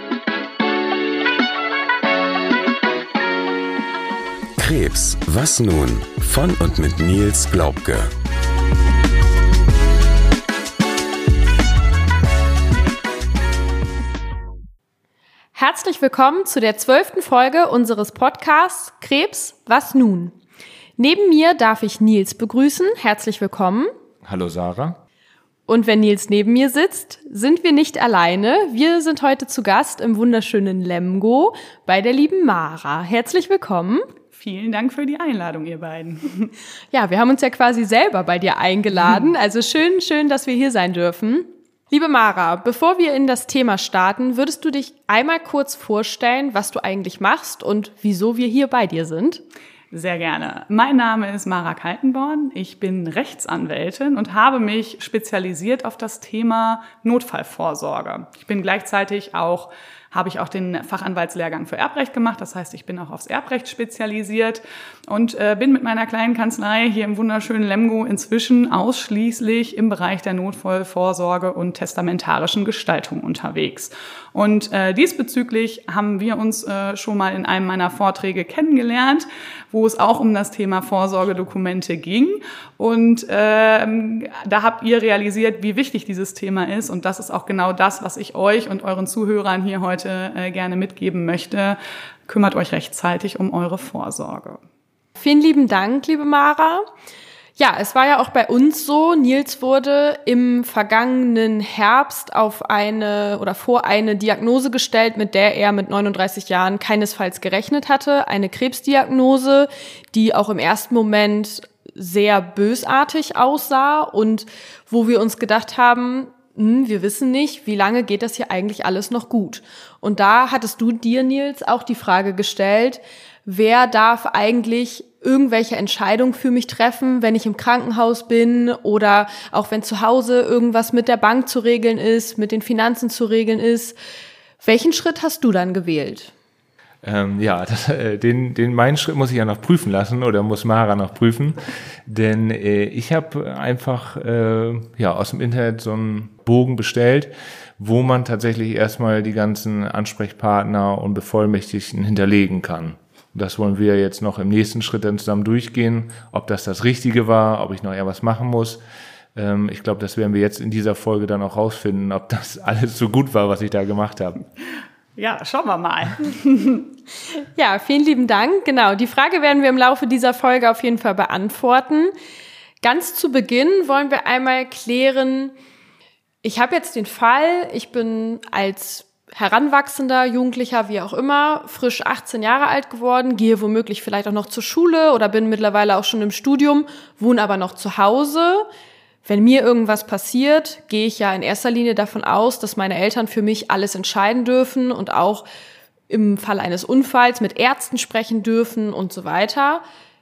Krebs, was nun? Von und mit Nils Glaubke. Herzlich willkommen zu der 12. Folge unseres Podcasts Krebs, was nun? Neben mir darf ich Nils begrüßen. Herzlich willkommen. Hallo Sarah. Und wenn Nils neben mir sitzt, sind wir nicht alleine. Wir sind heute zu Gast im wunderschönen Lemgo bei der lieben Mara. Herzlich willkommen. Vielen Dank für die Einladung, ihr beiden. Ja, wir haben uns ja quasi selber bei dir eingeladen. Also schön, dass wir hier sein dürfen. Liebe Mara, bevor wir in das Thema starten, würdest du dich einmal kurz vorstellen, was du eigentlich machst und wieso wir hier bei dir sind? Sehr gerne. Mein Name ist Mara Kaltenborn. Ich bin Rechtsanwältin und habe mich spezialisiert auf das Thema Notfallvorsorge. Ich bin gleichzeitig habe ich auch den Fachanwaltslehrgang für Erbrecht gemacht. Das heißt, ich bin auch aufs Erbrecht spezialisiert und bin mit meiner kleinen Kanzlei hier im wunderschönen Lemgo inzwischen ausschließlich im Bereich der Notfallvorsorge und testamentarischen Gestaltung unterwegs. Und diesbezüglich haben wir uns schon mal in einem meiner Vorträge kennengelernt, wo es auch um das Thema Vorsorgedokumente ging. Und da habt ihr realisiert, wie wichtig dieses Thema ist. Und das ist auch genau das, was ich euch und euren Zuhörern hier heute gerne mitgeben möchte. Kümmert euch rechtzeitig um eure Vorsorge. Vielen lieben Dank, liebe Mara. Ja, es war ja auch bei uns so, Nils wurde im vergangenen Herbst vor eine Diagnose gestellt, mit der er mit 39 Jahren keinesfalls gerechnet hatte. Eine Krebsdiagnose, die auch im ersten Moment sehr bösartig aussah und wo wir uns gedacht haben, wir wissen nicht, wie lange geht das hier eigentlich alles noch gut. Und da hattest du dir, Nils, auch die Frage gestellt, wer darf eigentlich irgendwelche Entscheidungen für mich treffen, wenn ich im Krankenhaus bin oder auch wenn zu Hause irgendwas mit der Bank zu regeln ist, mit den Finanzen zu regeln ist. Welchen Schritt hast du dann gewählt? Meinen Schritt muss ich ja noch prüfen lassen oder muss Mara noch prüfen, denn ich habe einfach aus dem Internet so einen Bogen bestellt, wo man tatsächlich erstmal die ganzen Ansprechpartner und Bevollmächtigten hinterlegen kann. Das wollen wir jetzt noch im nächsten Schritt dann zusammen durchgehen, ob das Richtige war, ob ich noch eher was machen muss. Ich glaube, das werden wir jetzt in dieser Folge dann auch rausfinden, ob das alles so gut war, was ich da gemacht habe. Ja, schauen wir mal. Ja, vielen lieben Dank. Genau, die Frage werden wir im Laufe dieser Folge auf jeden Fall beantworten. Ganz zu Beginn wollen wir einmal klären, ich habe jetzt den Fall, ich bin als heranwachsender Jugendlicher, wie auch immer, frisch 18 Jahre alt geworden, gehe womöglich vielleicht auch noch zur Schule oder bin mittlerweile auch schon im Studium, wohne aber noch zu Hause. Wenn mir irgendwas passiert, gehe ich ja in erster Linie davon aus, dass meine Eltern für mich alles entscheiden dürfen und auch im Fall eines Unfalls mit Ärzten sprechen dürfen und so weiter.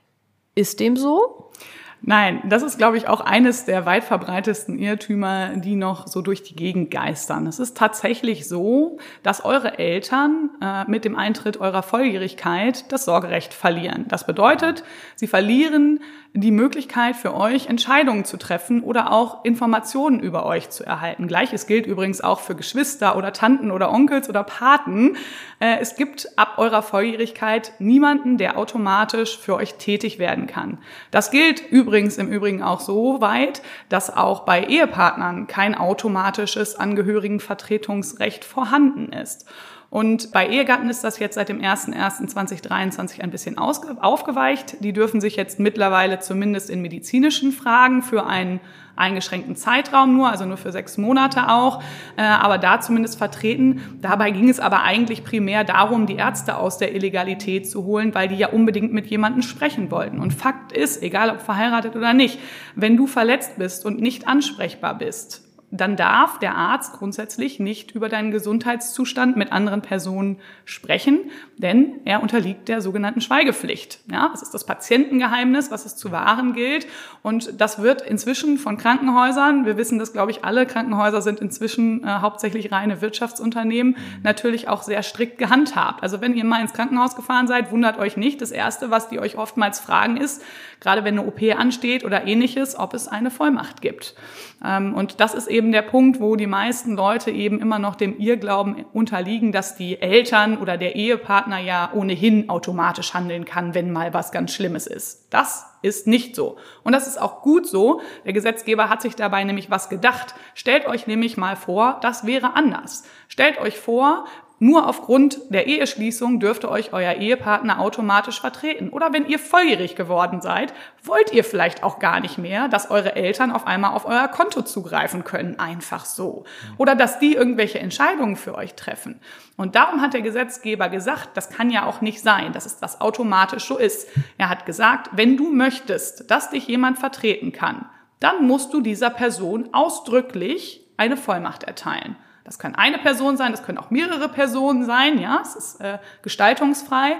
Ist dem so? Nein, das ist, glaube ich, auch eines der weit verbreitetsten Irrtümer, die noch so durch die Gegend geistern. Es ist tatsächlich so, dass eure Eltern mit dem Eintritt eurer Volljährigkeit das Sorgerecht verlieren. Das bedeutet, sie verlieren die Möglichkeit für euch, Entscheidungen zu treffen oder auch Informationen über euch zu erhalten. Gleiches gilt übrigens auch für Geschwister oder Tanten oder Onkels oder Paten. Es gibt ab eurer Volljährigkeit niemanden, der automatisch für euch tätig werden kann. Das gilt übrigens im Übrigen auch so weit, dass auch bei Ehepartnern kein automatisches Angehörigenvertretungsrecht vorhanden ist. Und bei Ehegatten ist das jetzt seit dem 01.01.2023 ein bisschen aufgeweicht. Die dürfen sich jetzt mittlerweile zumindest in medizinischen Fragen für einen eingeschränkten Zeitraum also nur für 6 Monate auch, aber da zumindest vertreten. Dabei ging es aber eigentlich primär darum, die Ärzte aus der Illegalität zu holen, weil die ja unbedingt mit jemandem sprechen wollten. Und Fakt ist, egal ob verheiratet oder nicht, wenn du verletzt bist und nicht ansprechbar bist, dann darf der Arzt grundsätzlich nicht über deinen Gesundheitszustand mit anderen Personen sprechen, denn er unterliegt der sogenannten Schweigepflicht. Ja, das ist das Patientengeheimnis, was es zu wahren gilt. Und das wird inzwischen von Krankenhäusern, wir wissen das, glaube ich, alle Krankenhäuser sind inzwischen hauptsächlich reine Wirtschaftsunternehmen, natürlich auch sehr strikt gehandhabt. Also wenn ihr mal ins Krankenhaus gefahren seid, wundert euch nicht. Das Erste, was die euch oftmals fragen, ist, gerade wenn eine OP ansteht oder Ähnliches, ob es eine Vollmacht gibt. Und das ist eben der Punkt, wo die meisten Leute eben immer noch dem Irrglauben unterliegen, dass die Eltern oder der Ehepartner ja ohnehin automatisch handeln kann, wenn mal was ganz Schlimmes ist. Das ist nicht so. Und das ist auch gut so. Der Gesetzgeber hat sich dabei nämlich was gedacht. Stellt euch nämlich mal vor, das wäre anders. Stellt euch vor, nur aufgrund der Eheschließung dürfte euch euer Ehepartner automatisch vertreten. Oder wenn ihr volljährig geworden seid, wollt ihr vielleicht auch gar nicht mehr, dass eure Eltern auf einmal auf euer Konto zugreifen können, einfach so. Oder dass die irgendwelche Entscheidungen für euch treffen. Und darum hat der Gesetzgeber gesagt, das kann ja auch nicht sein, dass es das automatisch so ist. Er hat gesagt, wenn du möchtest, dass dich jemand vertreten kann, dann musst du dieser Person ausdrücklich eine Vollmacht erteilen. Das kann eine Person sein, das können auch mehrere Personen sein, ja, es ist gestaltungsfrei.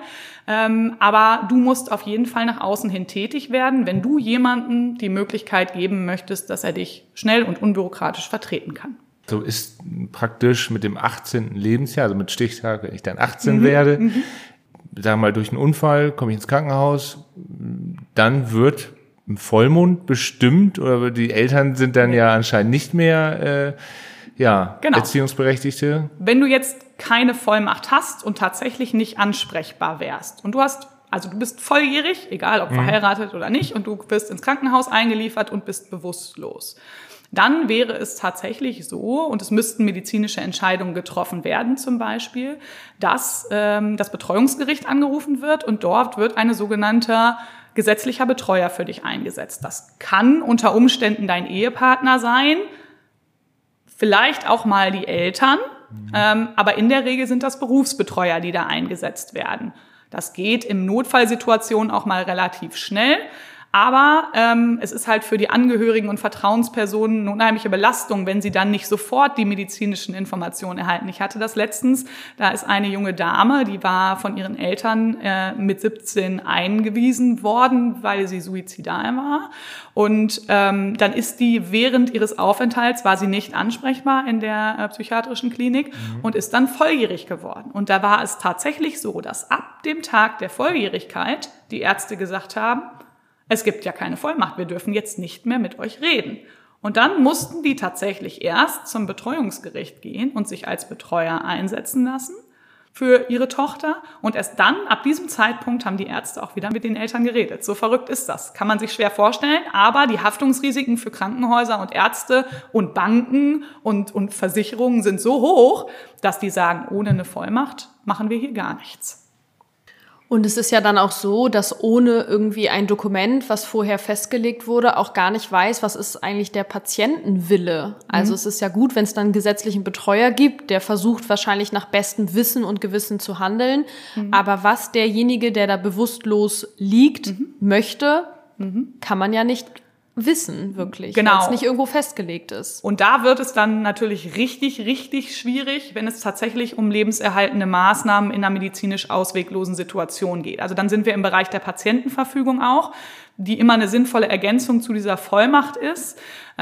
Aber du musst auf jeden Fall nach außen hin tätig werden, wenn du jemandem die Möglichkeit geben möchtest, dass er dich schnell und unbürokratisch vertreten kann. So ist praktisch mit dem 18. Lebensjahr, also mit Stichtag, wenn ich dann 18 werde, sagen wir mal durch einen Unfall, komme ich ins Krankenhaus, dann wird im Vollmond bestimmt, oder die Eltern sind dann ja anscheinend nicht mehr genau. Erziehungsberechtigte. Wenn du jetzt keine Vollmacht hast und tatsächlich nicht ansprechbar wärst und du bist volljährig, egal ob verheiratet oder nicht, und du wirst ins Krankenhaus eingeliefert und bist bewusstlos, dann wäre es tatsächlich so, und es müssten medizinische Entscheidungen getroffen werden zum Beispiel, dass das Betreuungsgericht angerufen wird und dort wird ein sogenannter gesetzlicher Betreuer für dich eingesetzt. Das kann unter Umständen dein Ehepartner sein, vielleicht auch mal die Eltern, aber in der Regel sind das Berufsbetreuer, die da eingesetzt werden. Das geht in Notfallsituationen auch mal relativ schnell, aber es ist halt für die Angehörigen und Vertrauenspersonen eine unheimliche Belastung, wenn sie dann nicht sofort die medizinischen Informationen erhalten. Ich hatte das letztens, da ist eine junge Dame, die war von ihren Eltern mit 17 eingewiesen worden, weil sie suizidal war. Und dann ist die während ihres Aufenthalts, war sie nicht ansprechbar in der psychiatrischen Klinik und ist dann volljährig geworden. Und da war es tatsächlich so, dass ab dem Tag der Volljährigkeit die Ärzte gesagt haben, es gibt ja keine Vollmacht, wir dürfen jetzt nicht mehr mit euch reden. Und dann mussten die tatsächlich erst zum Betreuungsgericht gehen und sich als Betreuer einsetzen lassen für ihre Tochter. Und erst dann, ab diesem Zeitpunkt, haben die Ärzte auch wieder mit den Eltern geredet. So verrückt ist das. Kann man sich schwer vorstellen. Aber die Haftungsrisiken für Krankenhäuser und Ärzte und Banken und Versicherungen sind so hoch, dass die sagen, ohne eine Vollmacht machen wir hier gar nichts. Und es ist ja dann auch so, dass ohne irgendwie ein Dokument, was vorher festgelegt wurde, auch gar nicht weiß, was ist eigentlich der Patientenwille. Also es ist ja gut, wenn es dann einen gesetzlichen Betreuer gibt, der versucht wahrscheinlich nach bestem Wissen und Gewissen zu handeln. Aber was derjenige, der da bewusstlos liegt, möchte, kann man ja nicht wissen, wirklich, genau, weil es nicht irgendwo festgelegt ist. Und da wird es dann natürlich richtig, richtig schwierig, wenn es tatsächlich um lebenserhaltende Maßnahmen in einer medizinisch ausweglosen Situation geht. Also dann sind wir im Bereich der Patientenverfügung auch, die immer eine sinnvolle Ergänzung zu dieser Vollmacht ist.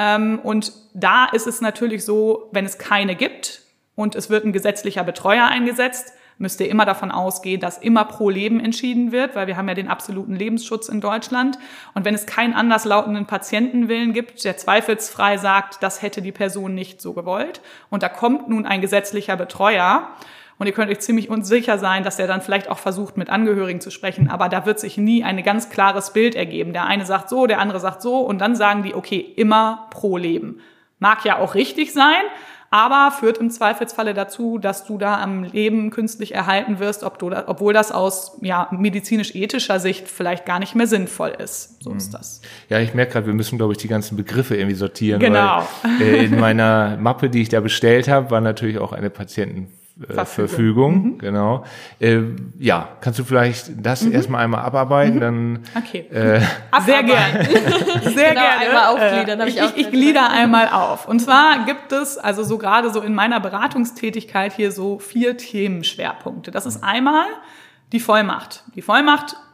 Und da ist es natürlich so, wenn es keine gibt und es wird ein gesetzlicher Betreuer eingesetzt, müsst ihr immer davon ausgehen, dass immer pro Leben entschieden wird, weil wir haben ja den absoluten Lebensschutz in Deutschland. Und wenn es keinen anderslautenden Patientenwillen gibt, der zweifelsfrei sagt, das hätte die Person nicht so gewollt, und da kommt nun ein gesetzlicher Betreuer, und ihr könnt euch ziemlich unsicher sein, dass der dann vielleicht auch versucht, mit Angehörigen zu sprechen, aber da wird sich nie ein ganz klares Bild ergeben. Der eine sagt so, der andere sagt so, und dann sagen die, okay, immer pro Leben. Mag ja auch richtig sein, aber führt im Zweifelsfalle dazu, dass du da am Leben künstlich erhalten wirst, obwohl das aus medizinisch-ethischer Sicht vielleicht gar nicht mehr sinnvoll ist. So ist das. Ja, ich merke gerade, wir müssen, glaube ich, die ganzen Begriffe irgendwie sortieren. Genau. Weil, in meiner Mappe, die ich da bestellt habe, war natürlich auch eine Patientenverfügung. Genau. Kannst du vielleicht das erstmal einmal abarbeiten? Dann, okay. Sehr gerne. Sehr genau, gerne. Einmal aufgliedern. Ich glieder einmal auf. Und zwar gibt es, also so gerade so in meiner Beratungstätigkeit hier so 4 Themenschwerpunkte. Das ist einmal die Vollmacht. Die Vollmacht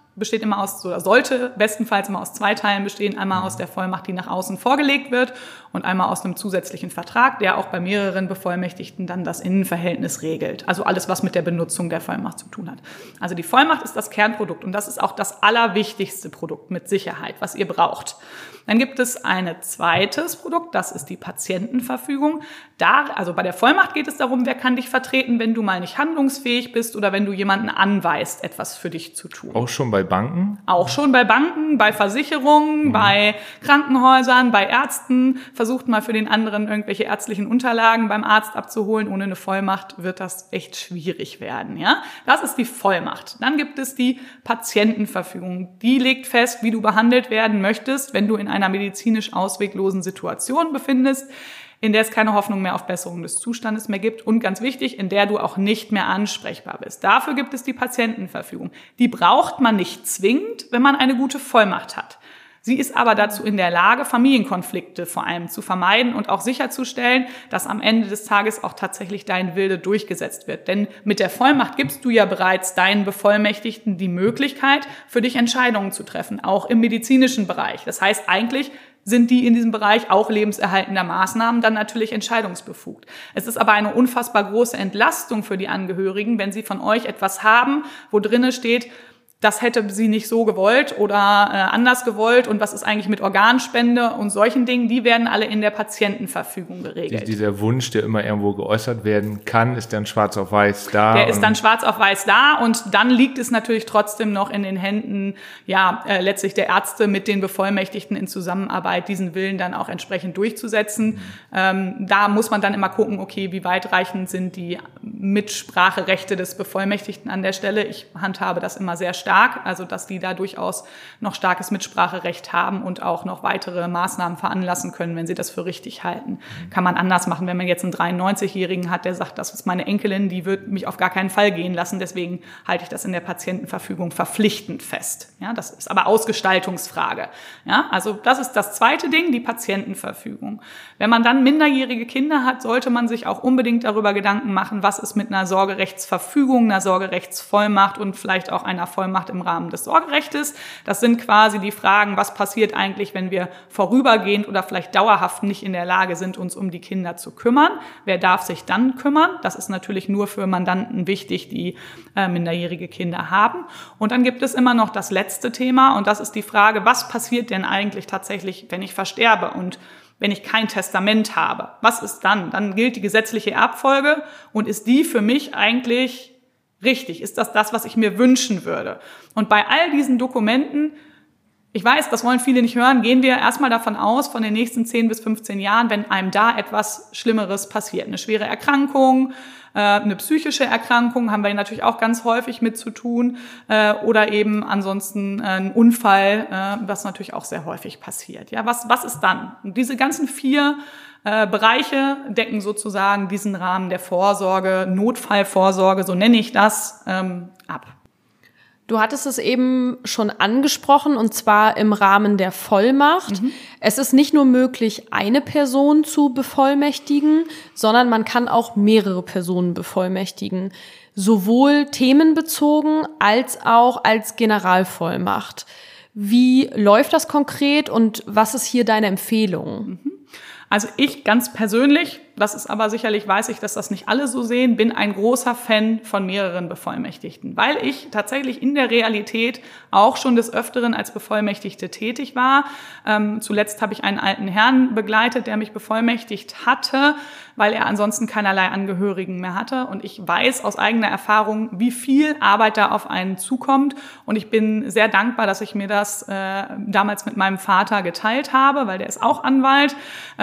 besteht immer aus, oder sollte bestenfalls immer aus 2 Teilen bestehen. Einmal aus der Vollmacht, die nach außen vorgelegt wird, und einmal aus einem zusätzlichen Vertrag, der auch bei mehreren Bevollmächtigten dann das Innenverhältnis regelt. Also alles, was mit der Benutzung der Vollmacht zu tun hat. Also die Vollmacht ist das Kernprodukt und das ist auch das allerwichtigste Produkt mit Sicherheit, was ihr braucht. Dann gibt es ein zweites Produkt, das ist die Patientenverfügung. Also bei der Vollmacht geht es darum, wer kann dich vertreten, wenn du mal nicht handlungsfähig bist oder wenn du jemanden anweist, etwas für dich zu tun. Auch schon bei Banken? Auch schon bei Banken, bei Versicherungen, bei Krankenhäusern, bei Ärzten. Versucht mal für den anderen irgendwelche ärztlichen Unterlagen beim Arzt abzuholen. Ohne eine Vollmacht wird das echt schwierig werden. Ja? Das ist die Vollmacht. Dann gibt es die Patientenverfügung. Die legt fest, wie du behandelt werden möchtest, wenn du in einer medizinisch ausweglosen Situation befindest, in der es keine Hoffnung mehr auf Besserung des Zustandes mehr gibt und ganz wichtig, in der du auch nicht mehr ansprechbar bist. Dafür gibt es die Patientenverfügung. Die braucht man nicht zwingend, wenn man eine gute Vollmacht hat. Sie ist aber dazu in der Lage, Familienkonflikte vor allem zu vermeiden und auch sicherzustellen, dass am Ende des Tages auch tatsächlich dein Wille durchgesetzt wird. Denn mit der Vollmacht gibst du ja bereits deinen Bevollmächtigten die Möglichkeit, für dich Entscheidungen zu treffen, auch im medizinischen Bereich. Das heißt, eigentlich sind die in diesem Bereich auch lebenserhaltender Maßnahmen dann natürlich entscheidungsbefugt. Es ist aber eine unfassbar große Entlastung für die Angehörigen, wenn sie von euch etwas haben, wo drinne steht, das hätte sie nicht so gewollt oder anders gewollt und was ist eigentlich mit Organspende und solchen Dingen, die werden alle in der Patientenverfügung geregelt. Dieser Wunsch, der immer irgendwo geäußert werden kann, ist dann schwarz auf weiß da. Der ist dann schwarz auf weiß da und dann liegt es natürlich trotzdem noch in den Händen, letztlich der Ärzte mit den Bevollmächtigten in Zusammenarbeit, diesen Willen dann auch entsprechend durchzusetzen. Da muss man dann immer gucken, okay, wie weitreichend sind die Mitspracherechte des Bevollmächtigten an der Stelle. Ich handhabe das immer sehr stark, also dass die da durchaus noch starkes Mitspracherecht haben und auch noch weitere Maßnahmen veranlassen können, wenn sie das für richtig halten. Kann man anders machen, wenn man jetzt einen 93-Jährigen hat, der sagt, das ist meine Enkelin, die wird mich auf gar keinen Fall gehen lassen, deswegen halte ich das in der Patientenverfügung verpflichtend fest. Ja, das ist aber Ausgestaltungsfrage. Ja, also das ist das zweite Ding, die Patientenverfügung. Wenn man dann minderjährige Kinder hat, sollte man sich auch unbedingt darüber Gedanken machen, was ist mit einer Sorgerechtsverfügung, einer Sorgerechtsvollmacht und vielleicht auch einer Vollmacht im Rahmen des Sorgerechtes. Das sind quasi die Fragen, was passiert eigentlich, wenn wir vorübergehend oder vielleicht dauerhaft nicht in der Lage sind, uns um die Kinder zu kümmern. Wer darf sich dann kümmern? Das ist natürlich nur für Mandanten wichtig, die minderjährige Kinder haben. Und dann gibt es immer noch das letzte Thema und das ist die Frage, was passiert denn eigentlich tatsächlich, wenn ich versterbe und wenn ich kein Testament habe? Was ist dann? Dann gilt die gesetzliche Erbfolge und ist die für mich eigentlich richtig? Ist das, was ich mir wünschen würde? Und bei all diesen Dokumenten, ich weiß, das wollen viele nicht hören, gehen wir erstmal davon aus, von den nächsten 10 bis 15 Jahren, wenn einem da etwas Schlimmeres passiert. Eine schwere Erkrankung, eine psychische Erkrankung haben wir natürlich auch ganz häufig mit zu tun oder eben ansonsten ein Unfall, was natürlich auch sehr häufig passiert. Ja, was ist dann? Und diese ganzen 4 Bereiche decken sozusagen diesen Rahmen der Vorsorge, Notfallvorsorge, so nenne ich das, ab. Du hattest es eben schon angesprochen, und zwar im Rahmen der Vollmacht. Es ist nicht nur möglich, eine Person zu bevollmächtigen, sondern man kann auch mehrere Personen bevollmächtigen. Sowohl themenbezogen als auch als Generalvollmacht. Wie läuft das konkret und was ist hier deine Empfehlung? Also ich ganz persönlich, das ist aber sicherlich, weiß ich, dass das nicht alle so sehen, bin ein großer Fan von mehreren Bevollmächtigten, weil ich tatsächlich in der Realität auch schon des Öfteren als Bevollmächtigte tätig war. Zuletzt habe ich einen alten Herrn begleitet, der mich bevollmächtigt hatte, weil er ansonsten keinerlei Angehörigen mehr hatte. Und ich weiß aus eigener Erfahrung, wie viel Arbeit da auf einen zukommt. Und ich bin sehr dankbar, dass ich mir das damals mit meinem Vater geteilt habe, weil der ist auch Anwalt.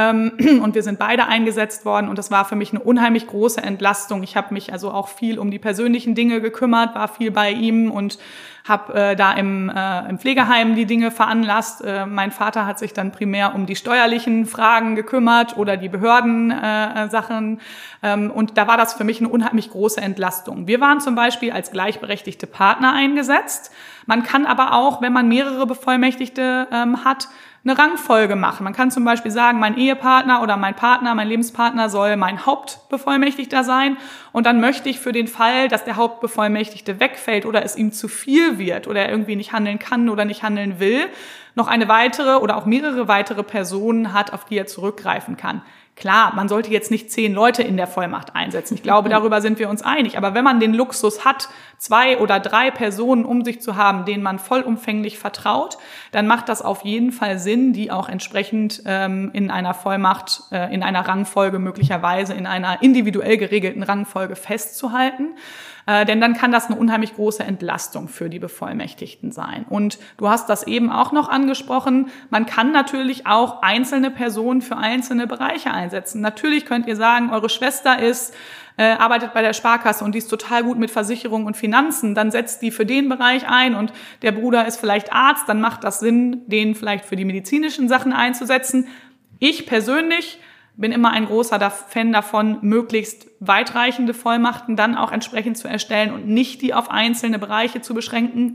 Und wir sind beide eingesetzt worden. Und das war für mich eine unheimlich große Entlastung. Ich habe mich also auch viel um die persönlichen Dinge gekümmert, war viel bei ihm und habe da im Pflegeheim die Dinge veranlasst. Mein Vater hat sich dann primär um die steuerlichen Fragen gekümmert oder die Behördensachen. Und da war das für mich eine unheimlich große Entlastung. Wir waren zum Beispiel als gleichberechtigte Partner eingesetzt. Man kann aber auch, wenn man mehrere Bevollmächtigte hat, eine Rangfolge machen. Man kann zum Beispiel sagen, mein Ehepartner oder mein Partner, mein Lebenspartner soll mein Hauptbevollmächtigter sein und dann möchte ich für den Fall, dass der Hauptbevollmächtigte wegfällt oder es ihm zu viel wird oder er irgendwie nicht handeln kann oder nicht handeln will, noch eine weitere oder auch mehrere weitere Personen hat, auf die er zurückgreifen kann. Klar, man sollte jetzt nicht 10 Leute in der Vollmacht einsetzen. Ich glaube, darüber sind wir uns einig. Aber wenn man den Luxus hat, 2 oder 3 Personen um sich zu haben, denen man vollumfänglich vertraut, dann macht das auf jeden Fall Sinn, die auch entsprechend in einer Vollmacht, in einer Rangfolge möglicherweise, in einer individuell geregelten Rangfolge festzuhalten. Denn dann kann das eine unheimlich große Entlastung für die Bevollmächtigten sein. Und du hast das eben auch noch angesprochen, man kann natürlich auch einzelne Personen für einzelne Bereiche einsetzen. Natürlich könnt ihr sagen, eure Schwester arbeitet bei der Sparkasse und die ist total gut mit Versicherung und Finanzen, dann setzt die für den Bereich ein und der Bruder ist vielleicht Arzt, dann macht das Sinn, den vielleicht für die medizinischen Sachen einzusetzen. Ich persönlich bin immer ein großer Fan davon, möglichst weitreichende Vollmachten dann auch entsprechend zu erstellen und nicht die auf einzelne Bereiche zu beschränken,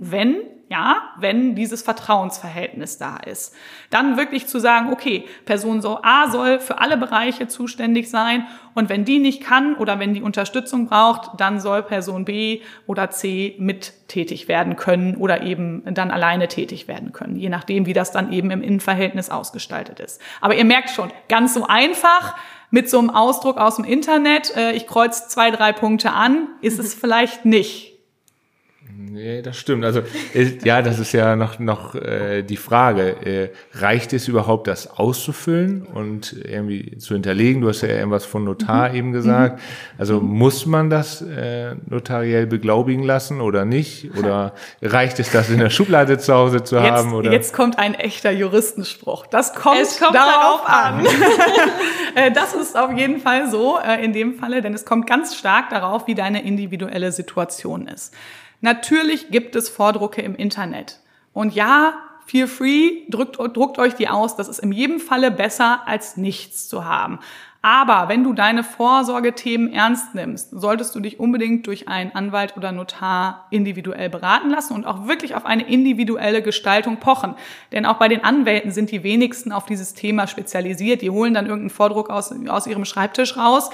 wenn dieses Vertrauensverhältnis da ist. Dann wirklich zu sagen, okay, Person A soll für alle Bereiche zuständig sein und wenn die nicht kann oder wenn die Unterstützung braucht, dann soll Person B oder C mit tätig werden können oder eben dann alleine tätig werden können, je nachdem, wie das dann eben im Innenverhältnis ausgestaltet ist. Aber ihr merkt schon, ganz so einfach mit so einem Ausdruck aus dem Internet, ich kreuze 2, 3 Punkte an, ist es vielleicht nicht. Nee, das stimmt. Also ja, das ist ja noch die Frage. Reicht es überhaupt, das auszufüllen und irgendwie zu hinterlegen? Du hast ja irgendwas von Notar eben gesagt. Also muss man das notariell beglaubigen lassen oder nicht? Oder reicht es, das in der Schublade zu Hause zu haben? Oder? Jetzt kommt ein echter Juristenspruch. Das kommt darauf an. Das ist auf jeden Fall so in dem Falle, denn es kommt ganz stark darauf, wie deine individuelle Situation ist. Natürlich gibt es Vordrucke im Internet. Und ja, feel free, druckt euch die aus. Das ist in jedem Falle besser, als nichts zu haben. Aber wenn du deine Vorsorgethemen ernst nimmst, solltest du dich unbedingt durch einen Anwalt oder Notar individuell beraten lassen und auch wirklich auf eine individuelle Gestaltung pochen. Denn auch bei den Anwälten sind die wenigsten auf dieses Thema spezialisiert. Die holen dann irgendeinen Vordruck aus ihrem Schreibtisch raus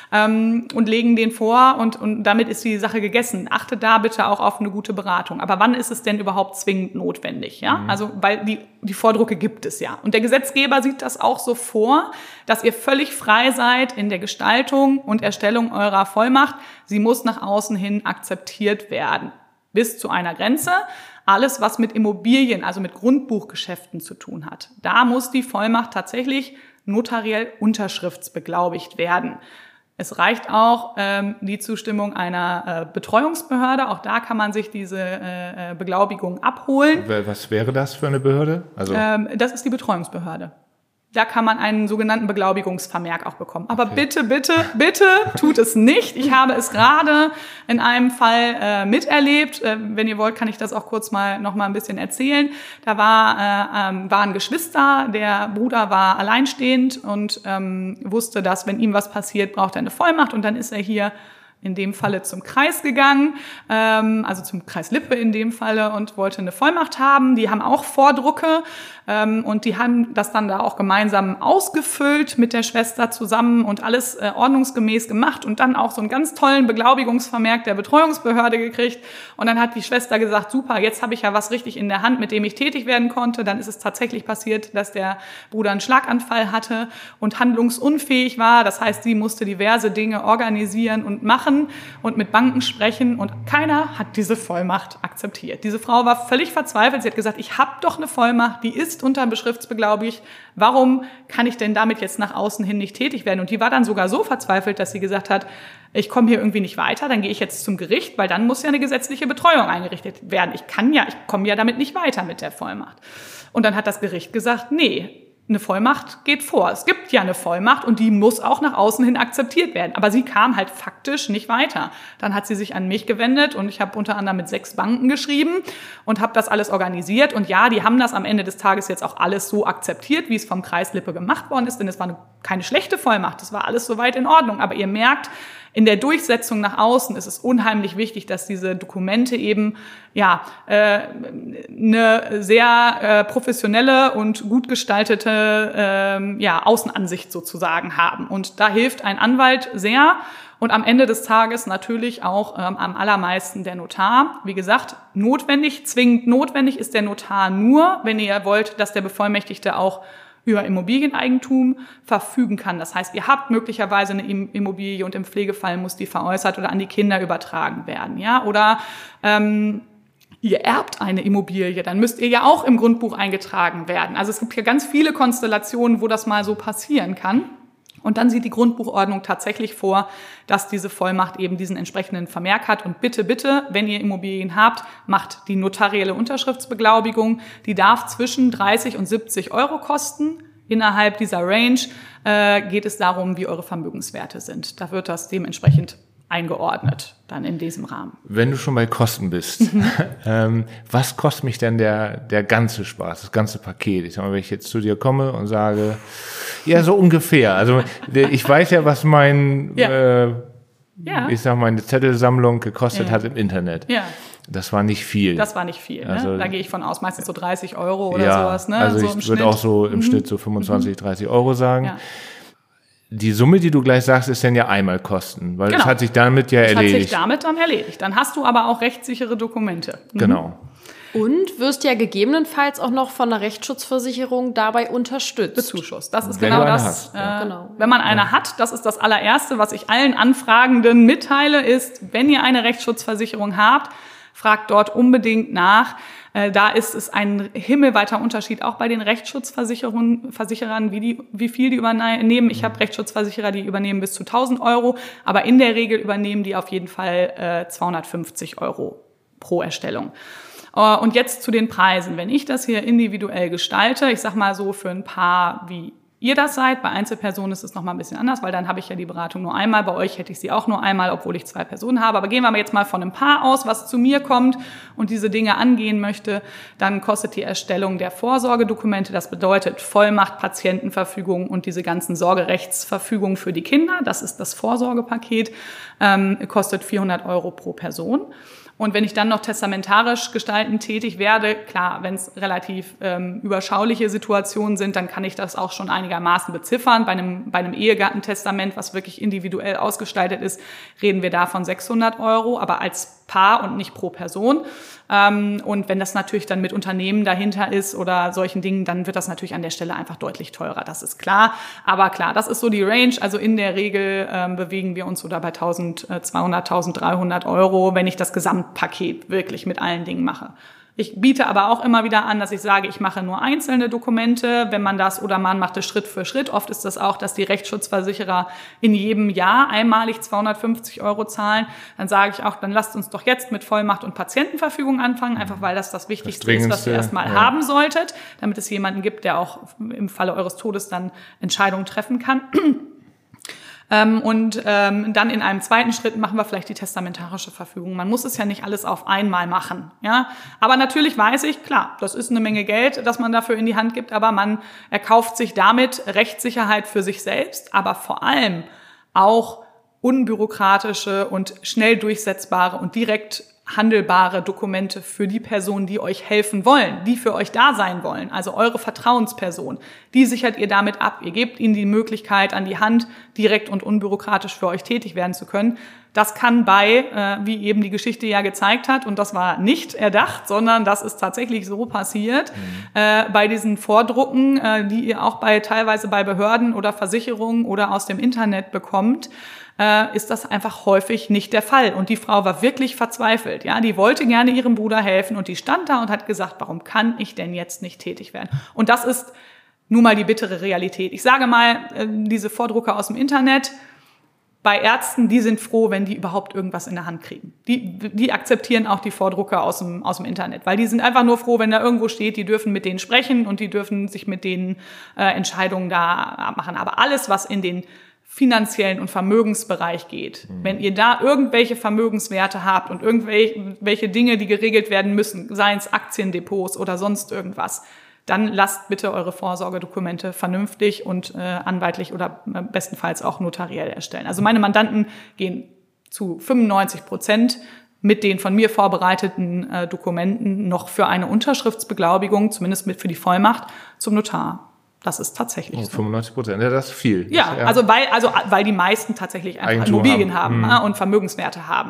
und legen den vor und damit ist die Sache gegessen. Achte da bitte auch auf eine gute Beratung. Aber wann ist es denn überhaupt zwingend notwendig? Ja? Also weil die Vordrucke gibt es ja. Und der Gesetzgeber sieht das auch so vor, dass ihr völlig frei seid in der Gestaltung und Erstellung eurer Vollmacht. Sie muss nach außen hin akzeptiert werden. Bis zu einer Grenze. Alles, was mit Immobilien, also mit Grundbuchgeschäften zu tun hat. Da muss die Vollmacht tatsächlich notariell unterschriftsbeglaubigt werden. Es reicht auch die Zustimmung einer Betreuungsbehörde. Auch da kann man sich diese Beglaubigung abholen. Was wäre das für eine Behörde? Also das ist die Betreuungsbehörde. Da kann man einen sogenannten Beglaubigungsvermerk auch bekommen. Aber bitte, bitte, bitte tut es nicht. Ich habe es gerade in einem Fall miterlebt. Wenn ihr wollt, kann ich das auch kurz noch mal ein bisschen erzählen. Da waren Geschwister. Der Bruder war alleinstehend und wusste, dass, wenn ihm was passiert, braucht er eine Vollmacht. Und dann ist er hier in dem Falle zum Kreis gegangen, also zum Kreis Lippe in dem Falle, und wollte eine Vollmacht haben. Die haben auch Vordrucke und die haben das dann da auch gemeinsam ausgefüllt mit der Schwester zusammen und alles ordnungsgemäß gemacht und dann auch so einen ganz tollen Beglaubigungsvermerk der Betreuungsbehörde gekriegt. Und dann hat die Schwester gesagt, super, jetzt habe ich ja was richtig in der Hand, mit dem ich tätig werden konnte. Dann ist es tatsächlich passiert, dass der Bruder einen Schlaganfall hatte und handlungsunfähig war. Das heißt, sie musste diverse Dinge organisieren und machen und mit Banken sprechen und keiner hat diese Vollmacht akzeptiert. Diese Frau war völlig verzweifelt. Sie hat gesagt, ich habe doch eine Vollmacht, die ist unter beschriftsbeglaubigt. Warum kann ich denn damit jetzt nach außen hin nicht tätig werden? Und die war dann sogar so verzweifelt, dass sie gesagt hat, ich komme hier irgendwie nicht weiter, dann gehe ich jetzt zum Gericht, weil dann muss ja eine gesetzliche Betreuung eingerichtet werden. Ich komme ja damit nicht weiter mit der Vollmacht. Und dann hat das Gericht gesagt, nee, eine Vollmacht geht vor. Es gibt ja eine Vollmacht und die muss auch nach außen hin akzeptiert werden. Aber sie kam halt faktisch nicht weiter. Dann hat sie sich an mich gewendet und ich habe unter anderem mit 6 Banken geschrieben und habe das alles organisiert. Und ja, die haben das am Ende des Tages jetzt auch alles so akzeptiert, wie es vom Kreis Lippe gemacht worden ist. Denn es war keine schlechte Vollmacht. Das war alles soweit in Ordnung. Aber ihr merkt, In der Durchsetzung nach außen ist es unheimlich wichtig, dass diese Dokumente eben eine sehr professionelle und gut gestaltete Außenansicht sozusagen haben. Und da hilft ein Anwalt sehr. Und am Ende des Tages natürlich auch am allermeisten der Notar. Wie gesagt, zwingend notwendig ist der Notar nur, wenn ihr wollt, dass der Bevollmächtigte auch über Immobilieneigentum verfügen kann. Das heißt, ihr habt möglicherweise eine Immobilie und im Pflegefall muss die veräußert oder an die Kinder übertragen werden, ja? Oder ihr erbt eine Immobilie, dann müsst ihr ja auch im Grundbuch eingetragen werden. Also es gibt ja ganz viele Konstellationen, wo das mal so passieren kann. Und dann sieht die Grundbuchordnung tatsächlich vor, dass diese Vollmacht eben diesen entsprechenden Vermerk hat. Und bitte, bitte, wenn ihr Immobilien habt, macht die notarielle Unterschriftsbeglaubigung. Die darf zwischen 30 und 70 Euro kosten. Innerhalb dieser Range geht es darum, wie eure Vermögenswerte sind. Da wird das dementsprechend eingeordnet, dann in diesem Rahmen. Wenn du schon bei Kosten bist, was kostet mich denn der ganze Spaß, das ganze Paket? Ich sag mal, wenn ich jetzt zu dir komme und sage, ja, so ungefähr. Also ich weiß ja, was meine Zettelsammlung gekostet hat im Internet. Ja. Das war nicht viel. Das war nicht viel, ne? Also, da gehe ich von aus, meistens so 30 Euro oder sowas. Ne? Also so ich würde auch so im Schnitt so 25, 30 Euro sagen. Ja. Die Summe, die du gleich sagst, ist dann ja einmal Kosten, weil das hat sich damit ja erledigt. Das hat sich damit dann erledigt. Dann hast du aber auch rechtssichere Dokumente. Genau. Und wirst ja gegebenenfalls auch noch von der Rechtsschutzversicherung dabei unterstützt. Bezuschusst. Das ist genau das. Wenn man eine hat, das ist das allererste, was ich allen Anfragenden mitteile, ist, wenn ihr eine Rechtsschutzversicherung habt, fragt dort unbedingt nach. Da ist es ein himmelweiter Unterschied, auch bei den Rechtsschutzversicherern, wie viel die übernehmen. Ich habe Rechtsschutzversicherer, die übernehmen bis zu 1.000 Euro, aber in der Regel übernehmen die auf jeden Fall 250 Euro pro Erstellung. Und jetzt zu den Preisen. Wenn ich das hier individuell gestalte, ich sag mal so für ein Paar wie ihr das seid, bei Einzelpersonen ist es nochmal ein bisschen anders, weil dann habe ich ja die Beratung nur einmal, bei euch hätte ich sie auch nur einmal, obwohl ich 2 Personen habe. Aber gehen wir jetzt mal von einem Paar aus, was zu mir kommt und diese Dinge angehen möchte, dann kostet die Erstellung der Vorsorgedokumente, das bedeutet Vollmacht, Patientenverfügung und diese ganzen Sorgerechtsverfügungen für die Kinder, das ist das Vorsorgepaket, kostet 400 Euro pro Person. Und wenn ich dann noch testamentarisch gestaltend tätig werde, klar, wenn es relativ überschauliche Situationen sind, dann kann ich das auch schon einigermaßen beziffern. Bei einem Ehegattentestament, was wirklich individuell ausgestaltet ist, reden wir da von 600 Euro, aber als Paar und nicht pro Person. Und wenn das natürlich dann mit Unternehmen dahinter ist oder solchen Dingen, dann wird das natürlich an der Stelle einfach deutlich teurer, das ist klar. Aber klar, das ist so die Range. Also in der Regel bewegen wir uns so da bei 1.200, 1.300 Euro, wenn ich das Gesamtpaket wirklich mit allen Dingen mache. Ich biete aber auch immer wieder an, dass ich sage, ich mache nur einzelne Dokumente, wenn man das oder man macht es Schritt für Schritt. Oft ist das auch, dass die Rechtsschutzversicherer in jedem Jahr einmalig 250 Euro zahlen. Dann sage ich auch, dann lasst uns doch jetzt mit Vollmacht und Patientenverfügung anfangen, einfach weil das Wichtigste ist, was ihr erstmal haben solltet, damit es jemanden gibt, der auch im Falle eures Todes dann Entscheidungen treffen kann. Und dann in einem zweiten Schritt machen wir vielleicht die testamentarische Verfügung. Man muss es ja nicht alles auf einmal machen, ja. Aber natürlich weiß ich, klar, das ist eine Menge Geld, das man dafür in die Hand gibt, aber man erkauft sich damit Rechtssicherheit für sich selbst, aber vor allem auch unbürokratische und schnell durchsetzbare und direkt handelbare Dokumente für die Personen, die euch helfen wollen, die für euch da sein wollen, also eure Vertrauensperson, die sichert ihr damit ab. Ihr gebt ihnen die Möglichkeit an die Hand, direkt und unbürokratisch für euch tätig werden zu können. Das kann wie eben die Geschichte ja gezeigt hat, und das war nicht erdacht, sondern das ist tatsächlich so passiert, bei diesen Vordrucken, die ihr auch teilweise bei Behörden oder Versicherungen oder aus dem Internet bekommt, ist das einfach häufig nicht der Fall. Und die Frau war wirklich verzweifelt. Ja, die wollte gerne ihrem Bruder helfen und die stand da und hat gesagt, warum kann ich denn jetzt nicht tätig werden? Und das ist nun mal die bittere Realität. Ich sage mal, diese Vordrucke aus dem Internet, bei Ärzten, die sind froh, wenn die überhaupt irgendwas in der Hand kriegen. Die akzeptieren auch die Vordrucke aus dem Internet, weil die sind einfach nur froh, wenn da irgendwo steht, die dürfen mit denen sprechen und die dürfen sich mit denen Entscheidungen da machen. Aber alles, was in den finanziellen und Vermögensbereich geht. Wenn ihr da irgendwelche Vermögenswerte habt und irgendwelche Dinge, die geregelt werden müssen, seien es Aktiendepots oder sonst irgendwas, dann lasst bitte eure Vorsorgedokumente vernünftig und anwaltlich oder bestenfalls auch notariell erstellen. Also meine Mandanten gehen zu 95% mit den von mir vorbereiteten Dokumenten noch für eine Unterschriftsbeglaubigung, zumindest für die Vollmacht, zum Notar. Das ist tatsächlich so. 95%, ja, das ist viel. Ja, weil die meisten tatsächlich einfach Immobilien haben und Vermögenswerte haben.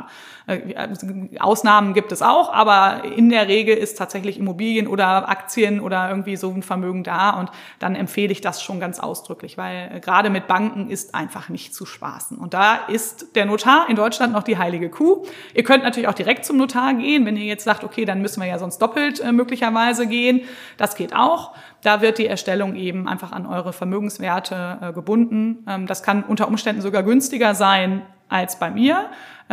Ausnahmen gibt es auch, aber in der Regel ist tatsächlich Immobilien oder Aktien oder irgendwie so ein Vermögen da und dann empfehle ich das schon ganz ausdrücklich, weil gerade mit Banken ist einfach nicht zu spaßen. Und da ist der Notar in Deutschland noch die heilige Kuh. Ihr könnt natürlich auch direkt zum Notar gehen, wenn ihr jetzt sagt, okay, dann müssen wir ja sonst doppelt möglicherweise gehen. Das geht auch. Da wird die Erstellung eben einfach an eure Vermögenswerte gebunden. Das kann unter Umständen sogar günstiger sein als bei mir.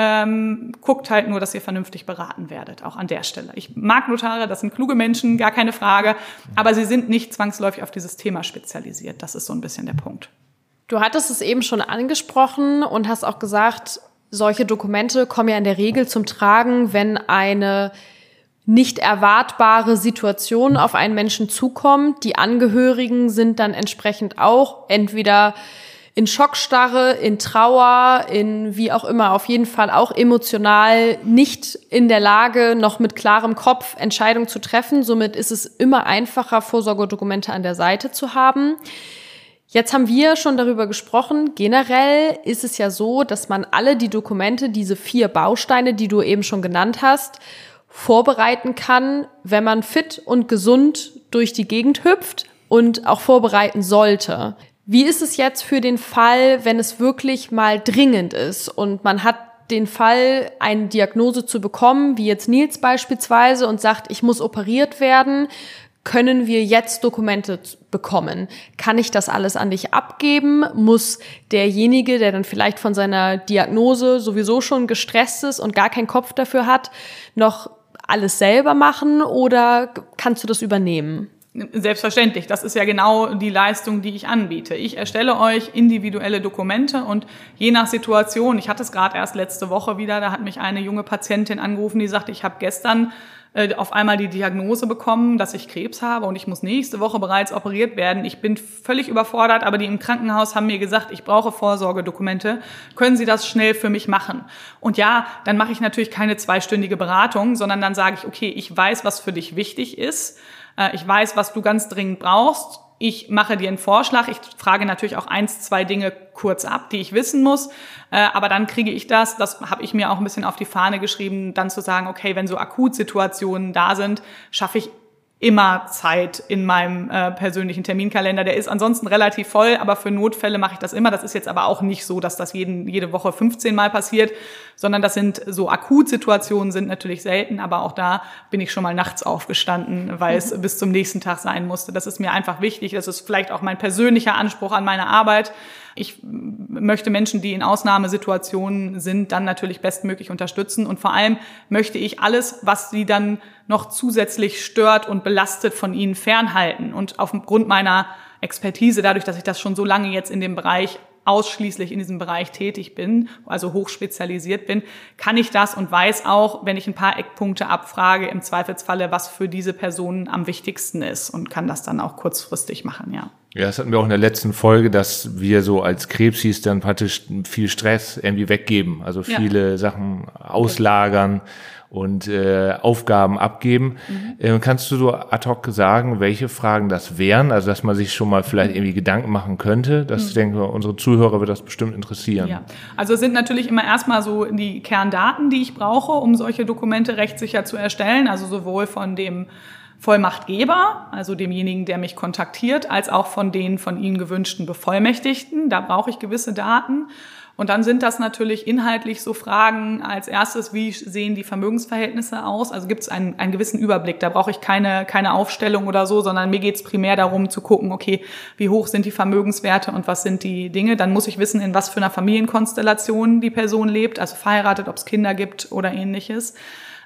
Guckt halt nur, dass ihr vernünftig beraten werdet, auch an der Stelle. Ich mag Notare, das sind kluge Menschen, gar keine Frage, aber sie sind nicht zwangsläufig auf dieses Thema spezialisiert. Das ist so ein bisschen der Punkt. Du hattest es eben schon angesprochen und hast auch gesagt, solche Dokumente kommen ja in der Regel zum Tragen, wenn eine nicht erwartbare Situation auf einen Menschen zukommt. Die Angehörigen sind dann entsprechend auch entweder in Schockstarre, in Trauer, in wie auch immer, auf jeden Fall auch emotional nicht in der Lage, noch mit klarem Kopf Entscheidungen zu treffen. Somit ist es immer einfacher, Vorsorgedokumente an der Seite zu haben. Jetzt haben wir schon darüber gesprochen. Generell ist es ja so, dass man alle die Dokumente, diese 4 Bausteine, die du eben schon genannt hast, vorbereiten kann, wenn man fit und gesund durch die Gegend hüpft und auch vorbereiten sollte. Wie ist es jetzt für den Fall, wenn es wirklich mal dringend ist und man hat den Fall, eine Diagnose zu bekommen, wie jetzt Nils beispielsweise, und sagt, ich muss operiert werden, können wir jetzt Dokumente bekommen? Kann ich das alles an dich abgeben? Muss derjenige, der dann vielleicht von seiner Diagnose sowieso schon gestresst ist und gar keinen Kopf dafür hat, noch alles selber machen oder kannst du das übernehmen? Selbstverständlich. Das ist ja genau die Leistung, die ich anbiete. Ich erstelle euch individuelle Dokumente und je nach Situation, ich hatte es gerade erst letzte Woche wieder, da hat mich eine junge Patientin angerufen, die sagte, ich habe gestern auf einmal die Diagnose bekommen, dass ich Krebs habe und ich muss nächste Woche bereits operiert werden. Ich bin völlig überfordert, aber die im Krankenhaus haben mir gesagt, ich brauche Vorsorgedokumente. Können Sie das schnell für mich machen? Und ja, dann mache ich natürlich keine 2-stündige Beratung, sondern dann sage ich, okay, ich weiß, was für dich wichtig ist. Ich weiß, was du ganz dringend brauchst. Ich mache dir einen Vorschlag. Ich frage natürlich auch 1, 2 Dinge kurz ab, die ich wissen muss. Aber dann kriege ich das habe ich mir auch ein bisschen auf die Fahne geschrieben, dann zu sagen, okay, wenn so Akutsituationen da sind, schaffe ich immer Zeit in meinem persönlichen Terminkalender. Der ist ansonsten relativ voll, aber für Notfälle mache ich das immer. Das ist jetzt aber auch nicht so, dass das jede Woche 15 Mal passiert, sondern das sind so Akutsituationen, sind natürlich selten, aber auch da bin ich schon mal nachts aufgestanden, weil es bis zum nächsten Tag sein musste. Das ist mir einfach wichtig. Das ist vielleicht auch mein persönlicher Anspruch an meine Arbeit. Ich möchte Menschen, die in Ausnahmesituationen sind, dann natürlich bestmöglich unterstützen. Und vor allem möchte ich alles, was sie dann noch zusätzlich stört und belastet, von ihnen fernhalten. Und aufgrund meiner Expertise, dadurch, dass ich das schon so lange jetzt in dem Bereich ausschließlich in diesem Bereich tätig bin, also hochspezialisiert bin, kann ich das und weiß auch, wenn ich ein paar Eckpunkte abfrage, im Zweifelsfalle, was für diese Personen am wichtigsten ist und kann das dann auch kurzfristig machen, ja. Ja, das hatten wir auch in der letzten Folge, dass wir so als Krebsis dann praktisch viel Stress irgendwie weggeben, also viele Sachen auslagern und Aufgaben abgeben. Kannst du so ad hoc sagen, welche Fragen das wären? Also, dass man sich schon mal vielleicht irgendwie Gedanken machen könnte. Das, ich denke, unsere Zuhörer wird das bestimmt interessieren. Ja, also es sind natürlich immer erstmal so die Kerndaten, die ich brauche, um solche Dokumente rechtssicher zu erstellen. Also sowohl von dem Vollmachtgeber, also demjenigen, der mich kontaktiert, als auch von den von Ihnen gewünschten Bevollmächtigten. Da brauche ich gewisse Daten. Und dann sind das natürlich inhaltlich so Fragen als erstes, wie sehen die Vermögensverhältnisse aus? Also gibt es einen gewissen Überblick. Da brauche ich keine Aufstellung oder so, sondern mir geht es primär darum zu gucken, okay, wie hoch sind die Vermögenswerte und was sind die Dinge? Dann muss ich wissen, in was für einer Familienkonstellation die Person lebt, also verheiratet, ob es Kinder gibt oder ähnliches.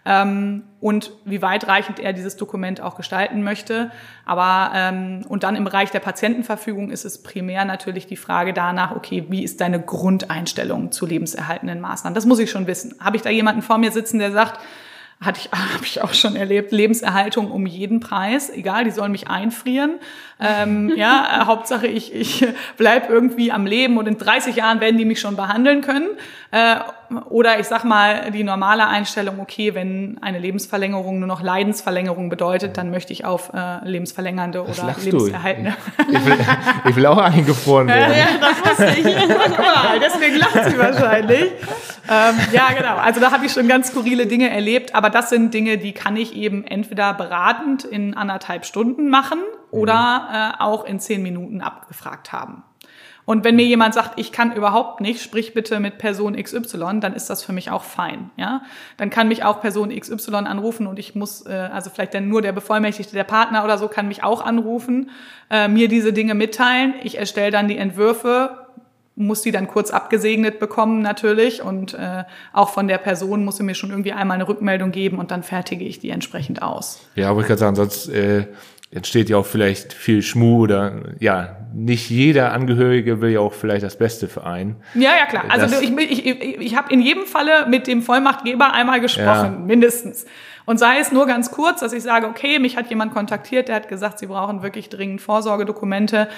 Und wie weitreichend er dieses Dokument auch gestalten möchte. Aber und dann im Bereich der Patientenverfügung ist es primär natürlich die Frage danach, okay, wie ist deine Grundeinstellung zu lebenserhaltenden Maßnahmen? Das muss ich schon wissen. Habe ich da jemanden vor mir sitzen, der sagt, habe ich auch schon erlebt, Lebenserhaltung um jeden Preis, egal, die sollen mich einfrieren. Hauptsache ich bleib irgendwie am Leben und in 30 Jahren werden die mich schon behandeln können. Oder ich sag mal, die normale Einstellung, okay, wenn eine Lebensverlängerung nur noch Leidensverlängerung bedeutet, dann möchte ich auf lebensverlängernde oder lebenserhaltende. Ich will auch eingefroren werden. Ja, das wusste ich. Guck mal, deswegen lacht sie wahrscheinlich. Genau. Also da habe ich schon ganz skurrile Dinge erlebt, aber das sind Dinge, die kann ich eben entweder beratend in 1,5 Stunden machen oder auch in 10 Minuten abgefragt haben. Und wenn mir jemand sagt, ich kann überhaupt nicht, sprich bitte mit Person XY, dann ist das für mich auch fein. Ja, dann kann mich auch Person XY anrufen und ich muss, also vielleicht dann nur der Bevollmächtigte, der Partner oder so, kann mich auch anrufen, mir diese Dinge mitteilen. Ich erstelle dann die Entwürfe, muss die dann kurz abgesegnet bekommen natürlich und auch von der Person muss sie mir schon irgendwie einmal eine Rückmeldung geben und dann fertige ich die entsprechend aus. Ja, aber ich kann sagen, sonst entsteht ja auch vielleicht viel Schmuh oder nicht jeder Angehörige will ja auch vielleicht das Beste für einen. Ja, klar. Also ich habe in jedem Falle mit dem Vollmachtgeber einmal gesprochen, mindestens. Und sei es nur ganz kurz, dass ich sage, okay, mich hat jemand kontaktiert, der hat gesagt, sie brauchen wirklich dringend Vorsorgedokumente.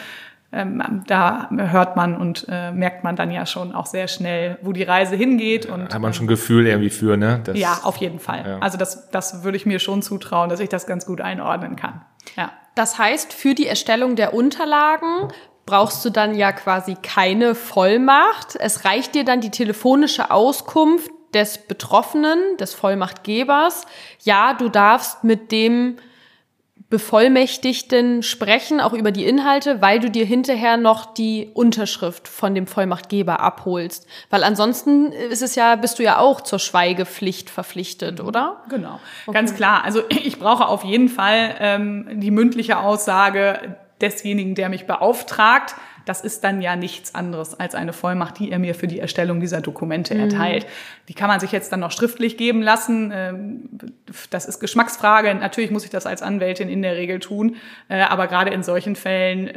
Da hört man und merkt man dann ja schon auch sehr schnell, wo die Reise hingeht. Und hat man schon ein Gefühl irgendwie für, ne? Ja, auf jeden Fall. Ja. Also das würde ich mir schon zutrauen, dass ich das ganz gut einordnen kann. Ja. Das heißt, für die Erstellung der Unterlagen brauchst du dann ja quasi keine Vollmacht. Es reicht dir dann die telefonische Auskunft des Betroffenen, des Vollmachtgebers. Ja, du darfst mit dem Bevollmächtigten sprechen, auch über die Inhalte, weil du dir hinterher noch die Unterschrift von dem Vollmachtgeber abholst. Weil ansonsten bist du ja auch zur Schweigepflicht verpflichtet, oder? Genau, okay. Ganz klar. Also ich brauche auf jeden Fall die mündliche Aussage desjenigen, der mich beauftragt. Das ist dann ja nichts anderes als eine Vollmacht, die er mir für die Erstellung dieser Dokumente erteilt. Die kann man sich jetzt dann noch schriftlich geben lassen. Das ist Geschmacksfrage. Natürlich muss ich das als Anwältin in der Regel tun. Aber gerade in solchen Fällen,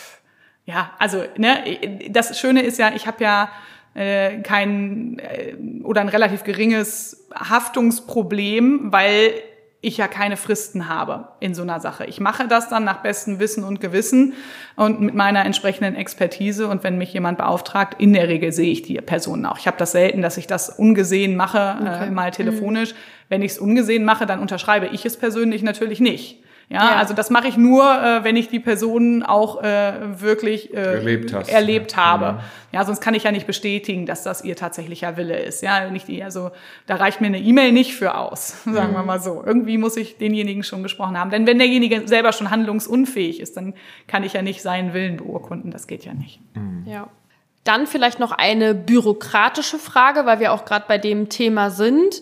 das Schöne ist ja, ich habe ja kein oder ein relativ geringes Haftungsproblem, weil ich ja keine Fristen habe in so einer Sache. Ich mache das dann nach bestem Wissen und Gewissen und mit meiner entsprechenden Expertise. Und wenn mich jemand beauftragt, in der Regel sehe ich die Person auch. Ich habe das selten, dass ich das ungesehen mache, mal telefonisch. Wenn ich es ungesehen mache, dann unterschreibe ich es persönlich natürlich nicht. Ja, also das mache ich nur, wenn ich die Person auch wirklich erlebt habe. Ja, sonst kann ich ja nicht bestätigen, dass das ihr tatsächlicher Wille ist. Ja, da reicht mir eine E-Mail nicht für aus, sagen wir mal so. Irgendwie muss ich denjenigen schon gesprochen haben. Denn wenn derjenige selber schon handlungsunfähig ist, dann kann ich ja nicht seinen Willen beurkunden. Das geht ja nicht. Ja. Dann vielleicht noch eine bürokratische Frage, weil wir auch gerade bei dem Thema sind.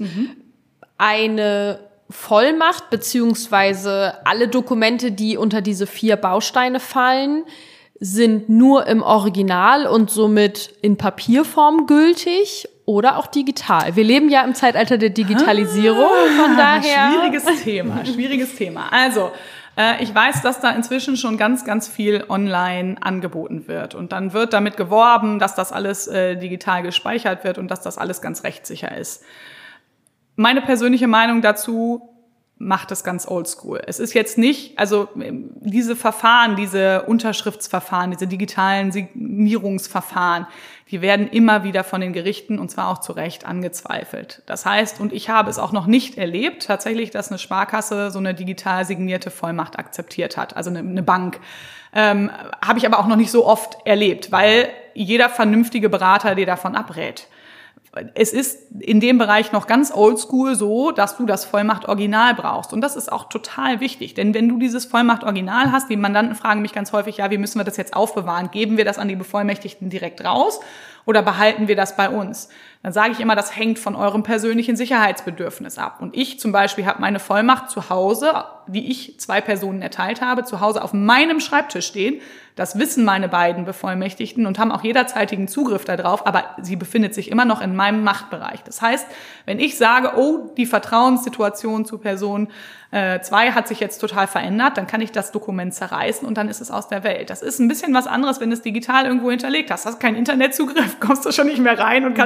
Eine Vollmacht beziehungsweise alle Dokumente, die unter diese 4 Bausteine fallen, sind nur im Original und somit in Papierform gültig oder auch digital. Wir leben ja im Zeitalter der Digitalisierung, von daher. Schwieriges Thema. Also, ich weiß, dass da inzwischen schon ganz, ganz viel online angeboten wird. Und dann wird damit geworben, dass das alles digital gespeichert wird und dass das alles ganz rechtssicher ist. Meine persönliche Meinung dazu, macht es ganz oldschool. Es ist jetzt nicht, also diese Verfahren, diese Unterschriftsverfahren, diese digitalen Signierungsverfahren, die werden immer wieder von den Gerichten und zwar auch zu Recht angezweifelt. Das heißt, und ich habe es auch noch nicht erlebt, tatsächlich, dass eine Sparkasse so eine digital signierte Vollmacht akzeptiert hat, also eine Bank. Habe ich aber auch noch nicht so oft erlebt, weil jeder vernünftige Berater dir davon abrät. Es ist in dem Bereich noch ganz oldschool so, dass du das Vollmacht-Original brauchst. Und das ist auch total wichtig. Denn wenn du dieses Vollmacht-Original hast, die Mandanten fragen mich ganz häufig, ja, wie müssen wir das jetzt aufbewahren? Geben wir das an die Bevollmächtigten direkt raus oder behalten wir das bei uns? Dann sage ich immer, das hängt von eurem persönlichen Sicherheitsbedürfnis ab. Und ich zum Beispiel habe meine Vollmacht zu Hause, die ich 2 Personen erteilt habe, zu Hause auf meinem Schreibtisch stehen. Das wissen meine beiden Bevollmächtigten und haben auch jederzeitigen Zugriff darauf, aber sie befindet sich immer noch in meinem Machtbereich. Das heißt, wenn ich sage, oh, die Vertrauenssituation zu Person 2 hat sich jetzt total verändert, dann kann ich das Dokument zerreißen und dann ist es aus der Welt. Das ist ein bisschen was anderes, wenn du es digital irgendwo hinterlegt hast. Hast keinen Internetzugriff, kommst du schon nicht mehr rein und kannst es nicht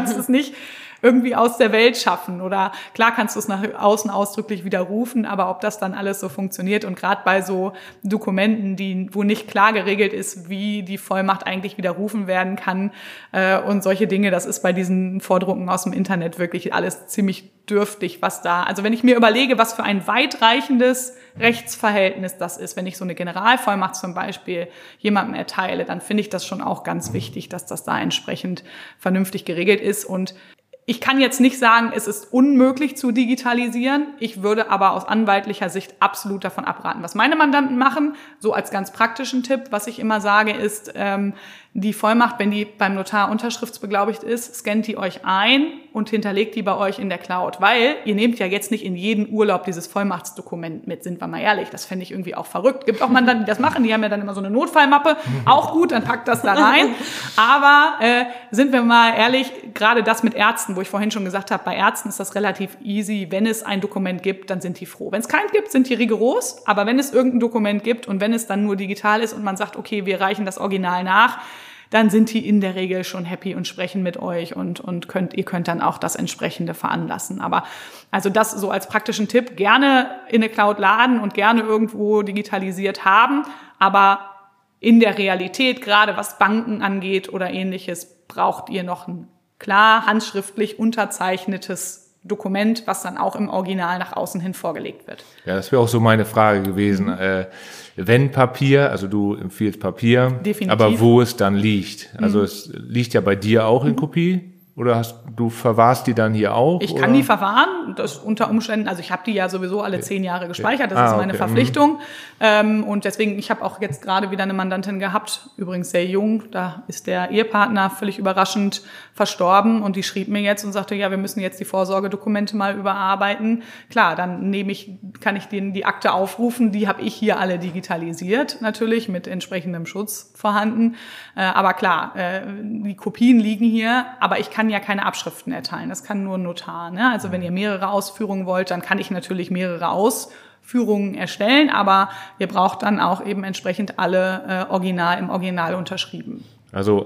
nicht irgendwie aus der Welt schaffen. Oder klar kannst du es nach außen ausdrücklich widerrufen, aber ob das dann alles so funktioniert und gerade bei so Dokumenten, wo nicht klar geregelt ist, wie die Vollmacht eigentlich widerrufen werden kann und solche Dinge, das ist bei diesen Vordrucken aus dem Internet wirklich alles ziemlich dürftig, also wenn ich mir überlege, was für ein weitreichendes Rechtsverhältnis das ist, wenn ich so eine Generalvollmacht zum Beispiel jemandem erteile, dann finde ich das schon auch ganz wichtig, dass das da entsprechend vernünftig geregelt ist. Und ich kann jetzt nicht sagen, es ist unmöglich zu digitalisieren. Ich würde aber aus anwaltlicher Sicht absolut davon abraten. Was meine Mandanten machen, so als ganz praktischen Tipp, was ich immer sage, ist, die Vollmacht, wenn die beim Notar unterschriftsbeglaubigt ist, scannt die euch ein und hinterlegt die bei euch in der Cloud. Weil ihr nehmt ja jetzt nicht in jeden Urlaub dieses Vollmachtsdokument mit, sind wir mal ehrlich. Das fände ich irgendwie auch verrückt. Gibt auch Mandanten, die das machen, die haben ja dann immer so eine Notfallmappe. Auch gut, dann packt das da rein. Aber sind wir mal ehrlich, gerade das mit Ärzten, wo ich vorhin schon gesagt habe, bei Ärzten ist das relativ easy. Wenn es ein Dokument gibt, dann sind die froh. Wenn es keins gibt, sind die rigoros. Aber wenn es irgendein Dokument gibt und wenn es dann nur digital ist und man sagt, okay, wir reichen das Original nach, dann sind die in der Regel schon happy und sprechen mit euch und ihr könnt dann auch das entsprechende veranlassen. Aber also das so als praktischen Tipp, gerne in eine Cloud laden und gerne irgendwo digitalisiert haben, aber in der Realität, gerade was Banken angeht oder ähnliches, braucht ihr noch ein klar handschriftlich unterzeichnetes Dokument, was dann auch im Original nach außen hin vorgelegt wird. Ja, das wäre auch so meine Frage gewesen. Wenn Papier, also du empfiehlst Papier, definitiv. Aber wo es dann liegt. Also es liegt ja bei dir auch in Kopie. Oder du verwahrst die dann hier auch? Ich kann die verwahren, das unter Umständen, also ich habe die ja sowieso alle 10 Jahre gespeichert, das ist meine Verpflichtung. Und deswegen, ich habe auch jetzt gerade wieder eine Mandantin gehabt, übrigens sehr jung, da ist der Ehepartner völlig überraschend verstorben und die schrieb mir jetzt und sagte, ja, wir müssen jetzt die Vorsorgedokumente mal überarbeiten. Klar, dann kann ich denen die Akte aufrufen, die habe ich hier alle digitalisiert, natürlich mit entsprechendem Schutz vorhanden. Aber klar, die Kopien liegen hier, aber ich kann ja keine Abschriften erteilen. Das kann nur ein Notar. Ne? Also wenn ihr mehrere Ausführungen wollt, dann kann ich natürlich mehrere Ausführungen erstellen, aber ihr braucht dann auch eben entsprechend alle im Original unterschrieben. Also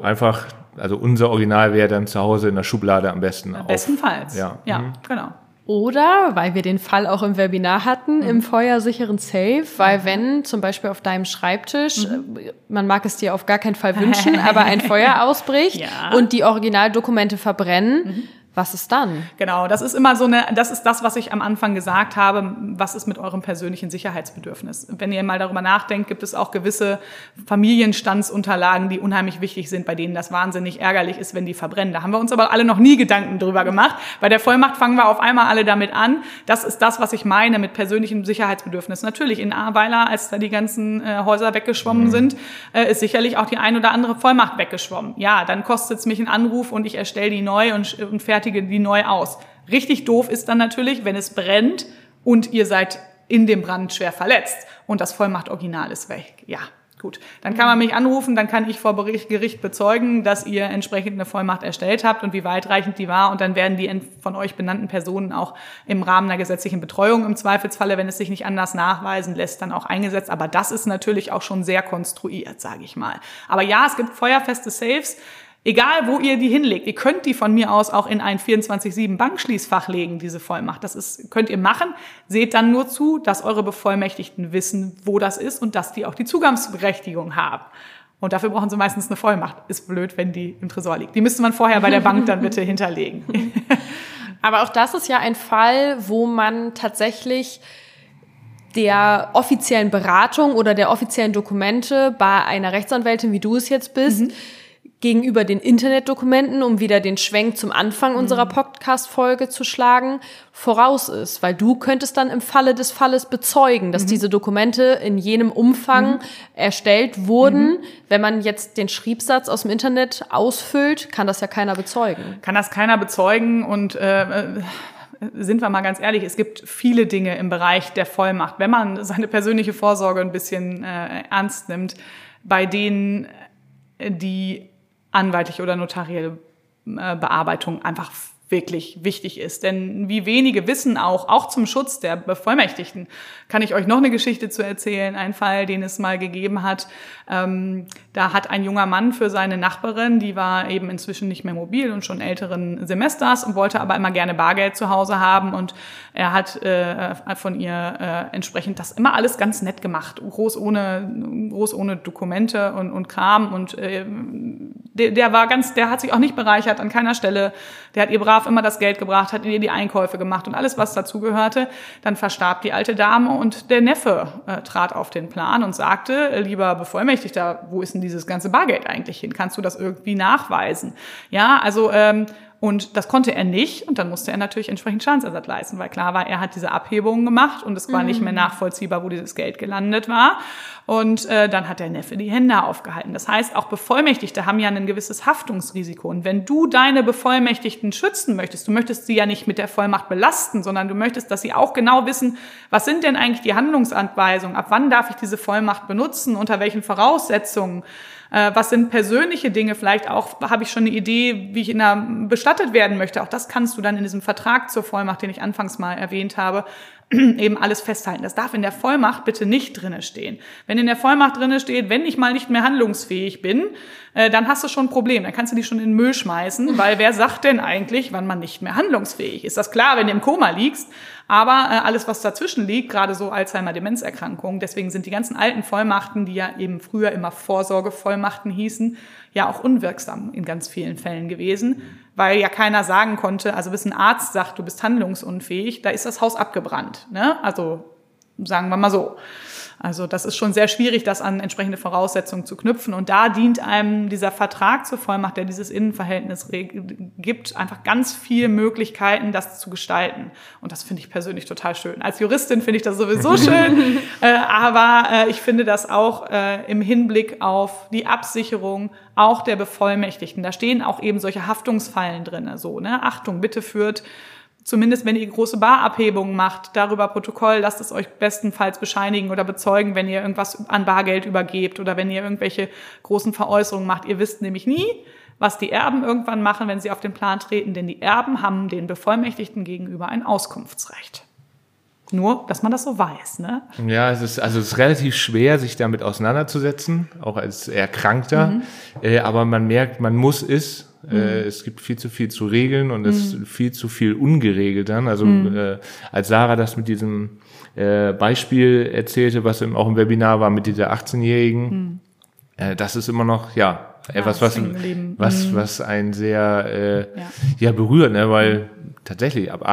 unser Original wäre dann zu Hause in der Schublade am besten. Bestenfalls. Ja, genau. Oder, weil wir den Fall auch im Webinar hatten, im feuersicheren Safe, weil wenn zum Beispiel auf deinem Schreibtisch, man mag es dir auf gar keinen Fall wünschen, aber ein Feuer ausbricht und die Originaldokumente verbrennen, was ist dann? Genau, das ist immer das ist das, was ich am Anfang gesagt habe, was ist mit eurem persönlichen Sicherheitsbedürfnis? Wenn ihr mal darüber nachdenkt, gibt es auch gewisse Familienstandsunterlagen, die unheimlich wichtig sind, bei denen das wahnsinnig ärgerlich ist, wenn die verbrennen. Da haben wir uns aber alle noch nie Gedanken drüber gemacht. Bei der Vollmacht fangen wir auf einmal alle damit an. Das ist das, was ich meine mit persönlichem Sicherheitsbedürfnis. Natürlich in Ahrweiler, als da die ganzen Häuser weggeschwommen sind, ist sicherlich auch die ein oder andere Vollmacht weggeschwommen. Ja, dann kostet es mich einen Anruf und ich erstelle die neu und fertige die neu aus. Richtig doof ist dann natürlich, wenn es brennt und ihr seid in dem Brand schwer verletzt und das Vollmacht-Original ist weg. Ja, gut. Dann kann man mich anrufen, dann kann ich vor Gericht bezeugen, dass ihr entsprechend eine Vollmacht erstellt habt und wie weitreichend die war und dann werden die von euch benannten Personen auch im Rahmen einer gesetzlichen Betreuung im Zweifelsfalle, wenn es sich nicht anders nachweisen lässt, dann auch eingesetzt. Aber das ist natürlich auch schon sehr konstruiert, sage ich mal. Aber ja, es gibt feuerfeste Safes. Egal, wo ihr die hinlegt. Ihr könnt die von mir aus auch in ein 24/7 Bankschließfach legen, diese Vollmacht. Könnt ihr machen. Seht dann nur zu, dass eure Bevollmächtigten wissen, wo das ist und dass die auch die Zugangsberechtigung haben. Und dafür brauchen sie meistens eine Vollmacht. Ist blöd, wenn die im Tresor liegt. Die müsste man vorher bei der Bank dann bitte hinterlegen. Aber auch das ist ja ein Fall, wo man tatsächlich der offiziellen Beratung oder der offiziellen Dokumente bei einer Rechtsanwältin, wie du es jetzt bist, gegenüber den Internetdokumenten, um wieder den Schwenk zum Anfang unserer Podcast-Folge zu schlagen, voraus ist. Weil du könntest dann im Falle des Falles bezeugen, dass diese Dokumente in jenem Umfang erstellt wurden. Wenn man jetzt den Schriebsatz aus dem Internet ausfüllt, kann das ja keiner bezeugen. Kann das keiner bezeugen und sind wir mal ganz ehrlich, es gibt viele Dinge im Bereich der Vollmacht, wenn man seine persönliche Vorsorge ein bisschen ernst nimmt, bei denen die anwaltliche oder notarielle Bearbeitung einfach wirklich wichtig ist. Denn wie wenige wissen auch zum Schutz der Bevollmächtigten, kann ich euch noch eine Geschichte zu erzählen, ein Fall, den es mal gegeben hat. Da hat ein junger Mann für seine Nachbarin, die war eben inzwischen nicht mehr mobil und schon älteren Semesters und wollte aber immer gerne Bargeld zu Hause haben. Und er hat von ihr entsprechend das immer alles ganz nett gemacht, groß ohne Dokumente und Kram. Und der hat sich auch nicht bereichert an keiner Stelle. Der hat ihr brav immer das Geld gebracht, hat ihr die Einkäufe gemacht und alles, was dazugehörte. Dann verstarb die alte Dame und der Neffe trat auf den Plan und sagte: Lieber Bevollmächtigter, wo ist denn dieses ganze Bargeld eigentlich hin? Kannst du das irgendwie nachweisen? Ja, also und das konnte er nicht und dann musste er natürlich entsprechend Schadensersatz leisten, weil klar war, er hat diese Abhebungen gemacht und es war nicht mehr nachvollziehbar, wo dieses Geld gelandet war. Und dann hat der Neffe die Hände aufgehalten. Das heißt, auch Bevollmächtigte haben ja ein gewisses Haftungsrisiko. Und wenn du deine Bevollmächtigten schützen möchtest, du möchtest sie ja nicht mit der Vollmacht belasten, sondern du möchtest, dass sie auch genau wissen, was sind denn eigentlich die Handlungsanweisungen, ab wann darf ich diese Vollmacht benutzen, unter welchen Voraussetzungen, was sind persönliche Dinge, vielleicht auch habe ich schon eine Idee, wie ich bestattet werden möchte. Auch das kannst du dann in diesem Vertrag zur Vollmacht, den ich anfangs mal erwähnt habe, eben alles festhalten. Das darf in der Vollmacht bitte nicht drinne stehen. Wenn in der Vollmacht drinne steht, wenn ich mal nicht mehr handlungsfähig bin, dann hast du schon ein Problem. Dann kannst du die schon in den Müll schmeißen, weil wer sagt denn eigentlich, wann man nicht mehr handlungsfähig ist? Das ist klar, wenn du im Koma liegst, aber alles, was dazwischen liegt, gerade so Alzheimer-Demenzerkrankungen, deswegen sind die ganzen alten Vollmachten, die ja eben früher immer Vorsorgevollmachten hießen, ja auch unwirksam in ganz vielen Fällen gewesen, weil ja keiner sagen konnte, also bis ein Arzt sagt, du bist handlungsunfähig, da ist das Haus abgebrannt, ne? Also sagen wir mal so. Also das ist schon sehr schwierig, das an entsprechende Voraussetzungen zu knüpfen. Und da dient einem dieser Vertrag zur Vollmacht, der dieses Innenverhältnis gibt, einfach ganz viele Möglichkeiten, das zu gestalten. Und das finde ich persönlich total schön. Als Juristin finde ich das sowieso schön, aber ich finde das auch im Hinblick auf die Absicherung auch der Bevollmächtigten. Da stehen auch eben solche Haftungsfallen drin. So, ne? Achtung, bitte führt, zumindest wenn ihr große Barabhebungen macht, darüber Protokoll, lasst es euch bestenfalls bescheinigen oder bezeugen, wenn ihr irgendwas an Bargeld übergebt oder wenn ihr irgendwelche großen Veräußerungen macht. Ihr wisst nämlich nie, was die Erben irgendwann machen, wenn sie auf den Plan treten, denn die Erben haben den Bevollmächtigten gegenüber ein Auskunftsrecht. Nur, dass man das so weiß, ne? Ja, es ist relativ schwer, sich damit auseinanderzusetzen, auch als Erkrankter. Aber man merkt, man muss es. Es gibt viel zu viel zu regeln und es ist viel zu viel ungeregelt dann. Also als Sarah das mit diesem Beispiel erzählte, was auch im Webinar war mit dieser 18-Jährigen, das ist immer noch etwas, was einen sehr berührt, ne? Weil tatsächlich ab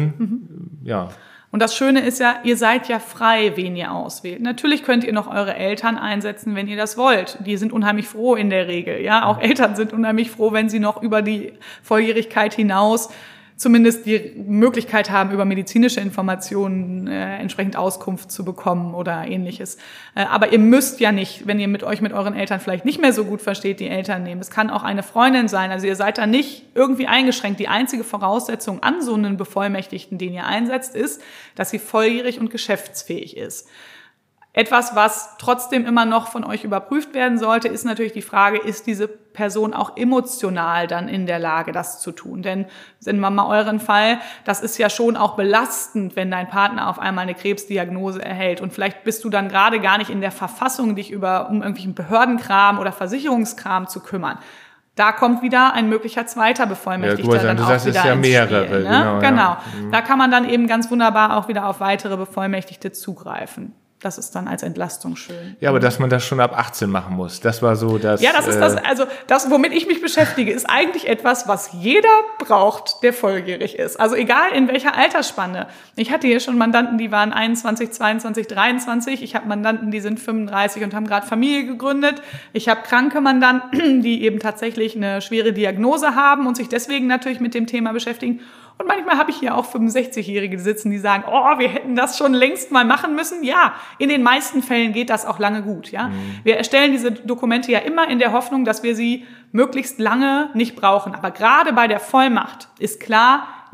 18 Und das Schöne ist ja, ihr seid ja frei, wen ihr auswählt. Natürlich könnt ihr noch eure Eltern einsetzen, wenn ihr das wollt. Die sind unheimlich froh in der Regel. Ja, auch Eltern sind unheimlich froh, wenn sie noch über die Volljährigkeit hinaus zumindest die Möglichkeit haben, über medizinische Informationen entsprechend Auskunft zu bekommen oder Ähnliches. Aber ihr müsst ja nicht, wenn ihr euch mit euren Eltern vielleicht nicht mehr so gut versteht, die Eltern nehmen. Es kann auch eine Freundin sein. Also ihr seid da nicht irgendwie eingeschränkt. Die einzige Voraussetzung an so einen Bevollmächtigten, den ihr einsetzt, ist, dass sie volljährig und geschäftsfähig ist. Etwas, was trotzdem immer noch von euch überprüft werden sollte, ist natürlich die Frage, ist diese Person auch emotional dann in der Lage, das zu tun? Denn, nehmen wir mal euren Fall, das ist ja schon auch belastend, wenn dein Partner auf einmal eine Krebsdiagnose erhält und vielleicht bist du dann gerade gar nicht in der Verfassung, dich um irgendwelchen Behördenkram oder Versicherungskram zu kümmern. Da kommt wieder ein möglicher zweiter Bevollmächtigter dann auch wieder ins Spiel. Ne? Genau. Ja. Da kann man dann eben ganz wunderbar auch wieder auf weitere Bevollmächtigte zugreifen. Das ist dann als Entlastung schön. Ja, aber dass man das schon ab 18 machen muss, das war so das... Ja, das ist das, womit ich mich beschäftige, ist eigentlich etwas, was jeder braucht, der volljährig ist. Also egal in welcher Altersspanne. Ich hatte hier schon Mandanten, die waren 21, 22, 23. Ich habe Mandanten, die sind 35 und haben gerade Familie gegründet. Ich habe kranke Mandanten, die eben tatsächlich eine schwere Diagnose haben und sich deswegen natürlich mit dem Thema beschäftigen. Und manchmal habe ich hier auch 65-Jährige sitzen, die sagen, oh, wir hätten das schon längst mal machen müssen. Ja, in den meisten Fällen geht das auch lange gut. Ja, wir erstellen diese Dokumente ja immer in der Hoffnung, dass wir sie möglichst lange nicht brauchen. Aber gerade bei der Vollmacht ist klar,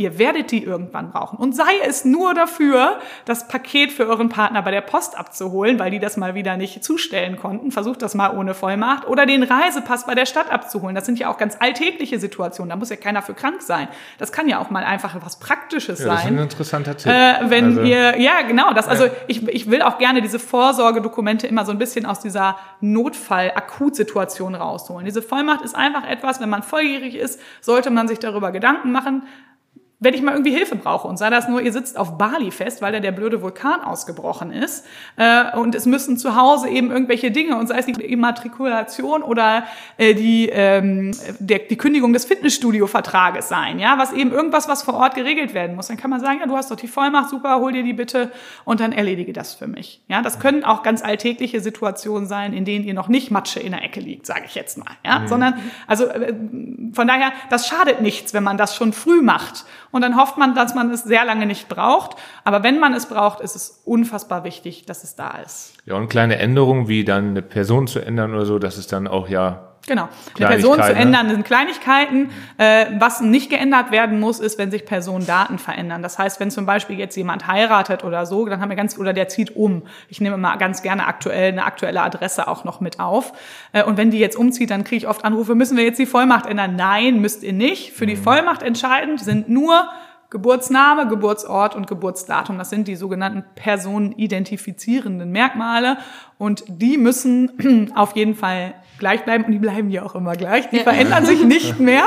ihr werdet die irgendwann brauchen. Und sei es nur dafür, das Paket für euren Partner bei der Post abzuholen, weil die das mal wieder nicht zustellen konnten. Versucht das mal ohne Vollmacht. Oder den Reisepass bei der Stadt abzuholen. Das sind ja auch ganz alltägliche Situationen. Da muss ja keiner für krank sein. Das kann ja auch mal einfach was Praktisches sein. Das ist ein interessanter Tipp. Ich will auch gerne diese Vorsorgedokumente immer so ein bisschen aus dieser Notfall-Akutsituation rausholen. Diese Vollmacht ist einfach etwas, wenn man volljährig ist, sollte man sich darüber Gedanken machen, wenn ich mal irgendwie Hilfe brauche. Und sei das nur, ihr sitzt auf Bali fest, weil da der blöde Vulkan ausgebrochen ist. Und es müssen zu Hause eben irgendwelche Dinge, und sei es die Immatrikulation oder die Kündigung des Fitnessstudio-Vertrages sein, ja, was eben irgendwas, was vor Ort geregelt werden muss. Dann kann man sagen, ja, du hast doch die Vollmacht, super, hol dir die bitte und dann erledige das für mich. Ja, das können auch ganz alltägliche Situationen sein, in denen ihr noch nicht Matsche in der Ecke liegt, sage ich jetzt mal. Ja, sondern, also von daher, das schadet nichts, wenn man das schon früh macht. Und dann hofft man, dass man es sehr lange nicht braucht. Aber wenn man es braucht, ist es unfassbar wichtig, dass es da ist. Ja, und kleine Änderungen, wie dann eine Person zu ändern oder so, das ist dann auch Genau. Eine Person zu ändern sind Kleinigkeiten. Was nicht geändert werden muss, ist, wenn sich Personendaten verändern. Das heißt, wenn zum Beispiel jetzt jemand heiratet oder so, dann haben wir oder der zieht um. Ich nehme mal ganz gerne eine aktuelle Adresse auch noch mit auf. Und wenn die jetzt umzieht, dann kriege ich oft Anrufe, müssen wir jetzt die Vollmacht ändern? Nein, müsst ihr nicht. Für die Vollmacht entscheidend sind nur Geburtsname, Geburtsort und Geburtsdatum. Das sind die sogenannten personenidentifizierenden Merkmale. Und die müssen auf jeden Fall gleich bleiben. Und die bleiben ja auch immer gleich. Die verändern sich nicht mehr.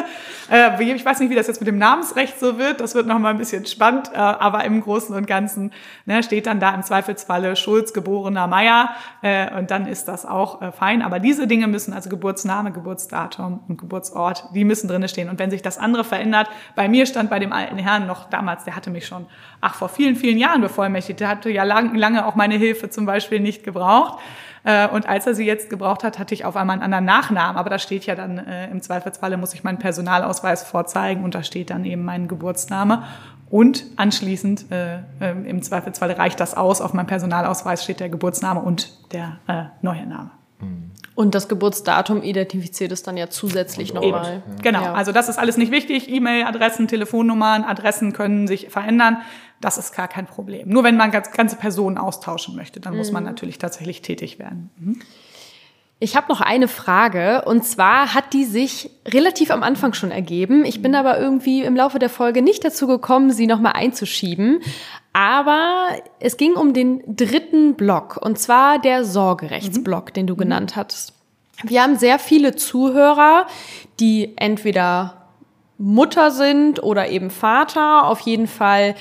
Ich weiß nicht, wie das jetzt mit dem Namensrecht so wird. Das wird noch mal ein bisschen spannend. Aber im Großen und Ganzen steht dann da im Zweifelsfalle Schulz, geborener Meier. Und dann ist das auch fein. Aber diese Dinge müssen, also Geburtsname, Geburtsdatum und Geburtsort, die müssen drinne stehen. Und wenn sich das andere verändert, bei mir stand bei dem alten Herrn noch damals, der hatte mich schon, vor vielen, vielen Jahren bevollmächtigt. Der hatte ja lange auch meine Hilfe zum Beispiel nicht gebraucht. Und als er sie jetzt gebraucht hat, hatte ich auf einmal einen anderen Nachnamen. Aber da steht ja dann, im Zweifelsfalle muss ich meinen Personalausweis vorzeigen und da steht dann eben mein Geburtsname. Und anschließend, im Zweifelsfalle reicht das aus. Auf meinem Personalausweis steht der Geburtsname und der neue Name. Und das Geburtsdatum identifiziert es dann ja zusätzlich nochmal. Genau, ja. Also das ist alles nicht wichtig. E-Mail-Adressen, Telefonnummern, Adressen können sich verändern. Das ist gar kein Problem. Nur wenn man ganze Personen austauschen möchte, dann muss man natürlich tatsächlich tätig werden. Ich habe noch eine Frage, und zwar hat die sich relativ am Anfang schon ergeben. Ich bin aber irgendwie im Laufe der Folge nicht dazu gekommen, sie nochmal einzuschieben. Aber es ging um den 3. Block, und zwar der Sorgerechtsblock, den du genannt hattest. Wir haben sehr viele Zuhörer, die entweder Mutter sind oder eben Vater, auf jeden Fall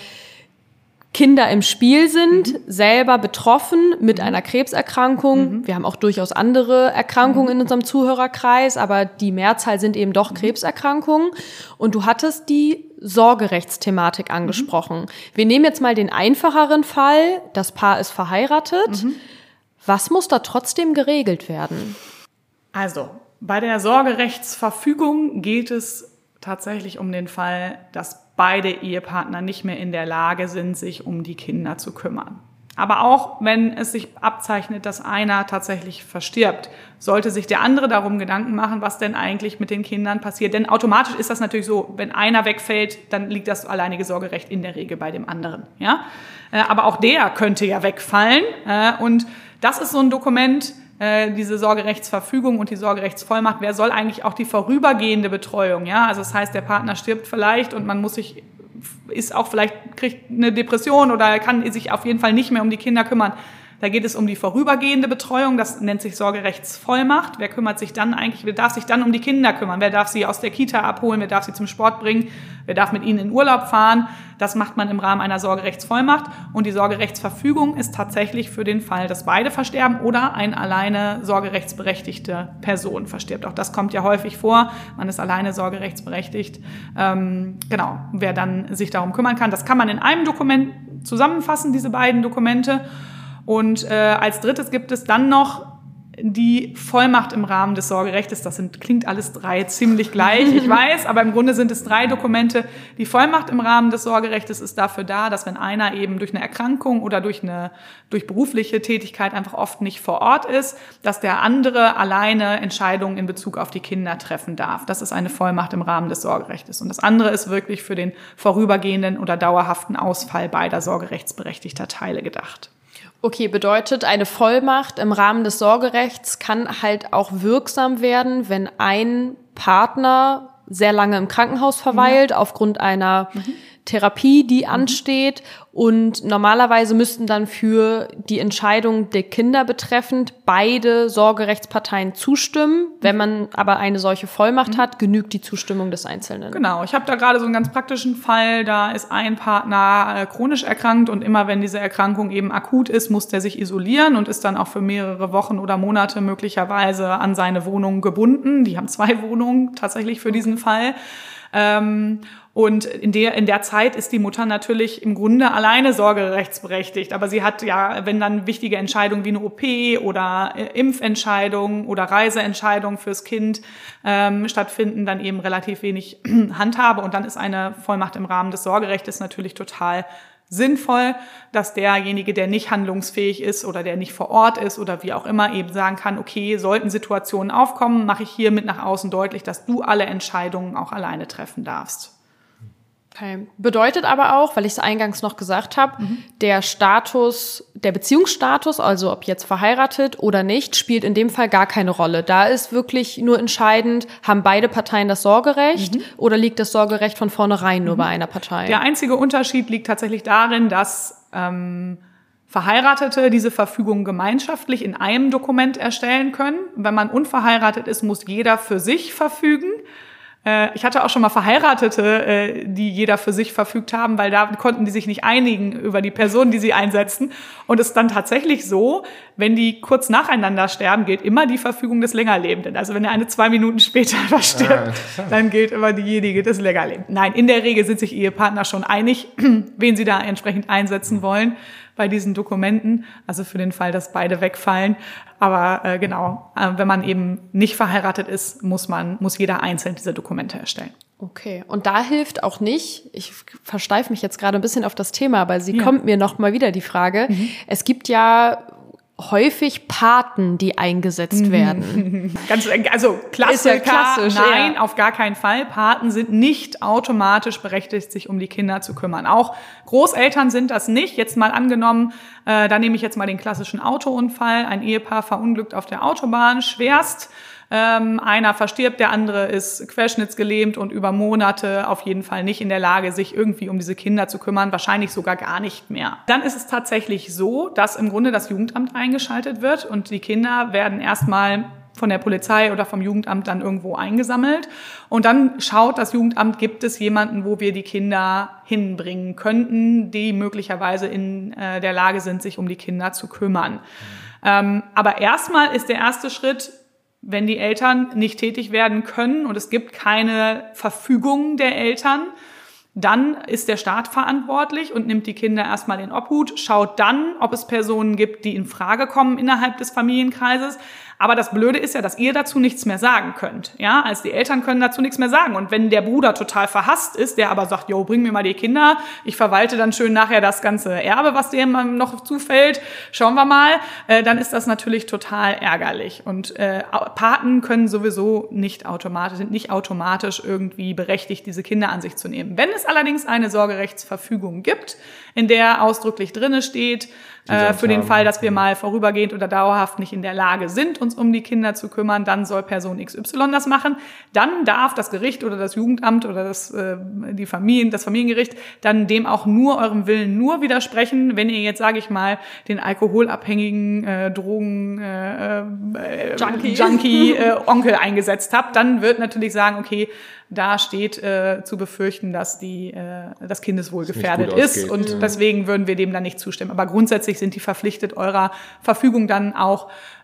Kinder im Spiel sind, selber betroffen mit einer Krebserkrankung. Wir haben auch durchaus andere Erkrankungen in unserem Zuhörerkreis, aber die Mehrzahl sind eben doch Krebserkrankungen. Und du hattest die Sorgerechtsthematik angesprochen. Wir nehmen jetzt mal den einfacheren Fall. Das Paar ist verheiratet. Was muss da trotzdem geregelt werden? Also, bei der Sorgerechtsverfügung geht es tatsächlich um den Fall, dass beide Ehepartner nicht mehr in der Lage sind, sich um die Kinder zu kümmern. Aber auch wenn es sich abzeichnet, dass einer tatsächlich verstirbt, sollte sich der andere darum Gedanken machen, was denn eigentlich mit den Kindern passiert. Denn automatisch ist das natürlich so, wenn einer wegfällt, dann liegt das alleinige Sorgerecht in der Regel bei dem anderen. Ja? Aber auch der könnte ja wegfallen. Und das ist so ein Dokument, diese Sorgerechtsverfügung und die Sorgerechtsvollmacht. Wer soll eigentlich auch die vorübergehende Betreuung? Ja? Also das heißt, der Partner stirbt vielleicht und man muss sich kriegt eine Depression oder kann sich auf jeden Fall nicht mehr um die Kinder kümmern. Da geht es um die vorübergehende Betreuung, das nennt sich Sorgerechtsvollmacht. Wer kümmert sich dann eigentlich, wer darf sich dann um die Kinder kümmern? Wer darf sie aus der Kita abholen? Wer darf sie zum Sport bringen? Wer darf mit ihnen in Urlaub fahren? Das macht man im Rahmen einer Sorgerechtsvollmacht. Und die Sorgerechtsverfügung ist tatsächlich für den Fall, dass beide versterben oder eine alleine sorgerechtsberechtigte Person verstirbt. Auch das kommt ja häufig vor. Man ist alleine sorgerechtsberechtigt. Genau, wer dann sich darum kümmern kann. Das kann man in einem Dokument zusammenfassen, diese beiden Dokumente. Und als drittes gibt es dann noch die Vollmacht im Rahmen des Sorgerechts, klingt alles 3 ziemlich gleich, ich weiß, aber im Grunde sind es 3 Dokumente. Die Vollmacht im Rahmen des Sorgerechts ist dafür da, dass wenn einer eben durch eine Erkrankung oder durch berufliche Tätigkeit einfach oft nicht vor Ort ist, dass der andere alleine Entscheidungen in Bezug auf die Kinder treffen darf. Das ist eine Vollmacht im Rahmen des Sorgerechts. Und das andere ist wirklich für den vorübergehenden oder dauerhaften Ausfall beider sorgerechtsberechtigter Teile gedacht. Okay, bedeutet, eine Vollmacht im Rahmen des Sorgerechts kann halt auch wirksam werden, wenn ein Partner sehr lange im Krankenhaus verweilt, aufgrund einer Therapie, die ansteht. Und normalerweise müssten dann für die Entscheidung der Kinder betreffend beide Sorgerechtsparteien zustimmen. Wenn man aber eine solche Vollmacht hat, genügt die Zustimmung des Einzelnen. Genau, ich habe da gerade so einen ganz praktischen Fall. Da ist ein Partner chronisch erkrankt und immer wenn diese Erkrankung eben akut ist, muss der sich isolieren und ist dann auch für mehrere Wochen oder Monate möglicherweise an seine Wohnung gebunden. Die haben 2 Wohnungen tatsächlich für diesen Fall. Und in der Zeit ist die Mutter natürlich im Grunde alleine sorgerechtsberechtigt. Aber sie hat ja, wenn dann wichtige Entscheidungen wie eine OP oder Impfentscheidungen oder Reiseentscheidungen fürs Kind stattfinden, dann eben relativ wenig Handhabe. Und dann ist eine Vollmacht im Rahmen des Sorgerechts natürlich total sinnvoll, dass derjenige, der nicht handlungsfähig ist oder der nicht vor Ort ist oder wie auch immer, eben sagen kann, okay, sollten Situationen aufkommen, mache ich hiermit nach außen deutlich, dass du alle Entscheidungen auch alleine treffen darfst. Okay. Bedeutet aber auch, weil ich es eingangs noch gesagt habe, der Beziehungsstatus, also ob jetzt verheiratet oder nicht, spielt in dem Fall gar keine Rolle. Da ist wirklich nur entscheidend, haben beide Parteien das Sorgerecht oder liegt das Sorgerecht von vornherein nur bei einer Partei? Der einzige Unterschied liegt tatsächlich darin, dass Verheiratete diese Verfügung gemeinschaftlich in einem Dokument erstellen können. Wenn man unverheiratet ist, muss jeder für sich verfügen. Ich hatte auch schon mal Verheiratete, die jeder für sich verfügt haben, weil da konnten die sich nicht einigen über die Person, die sie einsetzen. Und es ist dann tatsächlich so, wenn die kurz nacheinander sterben, gilt immer die Verfügung des Längerlebenden. Also wenn der eine 2 Minuten später verstirbt, dann gilt immer diejenige des Längerlebenden. Nein, in der Regel sind sich Ehepartner schon einig, wen sie da entsprechend einsetzen wollen bei diesen Dokumenten, also für den Fall, dass beide wegfallen. Aber wenn man eben nicht verheiratet ist, muss jeder einzeln diese Dokumente erstellen. Okay, und da hilft auch nicht, ich versteife mich jetzt gerade ein bisschen auf das Thema, aber kommt mir noch mal wieder die Frage, es gibt ja häufig Paten, die eingesetzt werden. Also Klassiker, ist ja klassisch, nein, auf gar keinen Fall. Paten sind nicht automatisch berechtigt, sich um die Kinder zu kümmern. Auch Großeltern sind das nicht. Jetzt mal angenommen, da nehme ich jetzt mal den klassischen Autounfall. Ein Ehepaar verunglückt auf der Autobahn, schwerst. Einer verstirbt, der andere ist querschnittsgelähmt und über Monate auf jeden Fall nicht in der Lage, sich irgendwie um diese Kinder zu kümmern, wahrscheinlich sogar gar nicht mehr. Dann ist es tatsächlich so, dass im Grunde das Jugendamt eingeschaltet wird und die Kinder werden erstmal von der Polizei oder vom Jugendamt dann irgendwo eingesammelt. Und dann schaut das Jugendamt, gibt es jemanden, wo wir die Kinder hinbringen könnten, die möglicherweise in der Lage sind, sich um die Kinder zu kümmern. Aber erstmal ist der erste Schritt, wenn die Eltern nicht tätig werden können und es gibt keine Verfügung der Eltern, dann ist der Staat verantwortlich und nimmt die Kinder erstmal in Obhut, schaut dann, ob es Personen gibt, die in Frage kommen innerhalb des Familienkreises. Aber das Blöde ist ja, dass ihr dazu nichts mehr sagen könnt. Ja, also die Eltern können dazu nichts mehr sagen. Und wenn der Bruder total verhasst ist, der aber sagt, jo, bring mir mal die Kinder, ich verwalte dann schön nachher das ganze Erbe, was dem noch zufällt, schauen wir mal, dann ist das natürlich total ärgerlich. Und Paten können sowieso sind nicht automatisch irgendwie berechtigt, diese Kinder an sich zu nehmen. Wenn es allerdings eine Sorgerechtsverfügung gibt, in der ausdrücklich drinne steht, für den Fall, dass wir mal vorübergehend oder dauerhaft nicht in der Lage sind, uns um die Kinder zu kümmern, dann soll Person XY das machen. Dann darf das Gericht oder das Jugendamt oder das Familiengericht dann dem auch nur eurem Willen nur widersprechen, wenn ihr jetzt, sage ich mal, den alkoholabhängigen Junkie Onkel eingesetzt habt, dann wird natürlich sagen, okay, da steht zu befürchten, dass das Kindeswohl gefährdet ist und deswegen würden wir dem dann nicht zustimmen. Aber grundsätzlich sind die verpflichtet, eurer Verfügung dann auch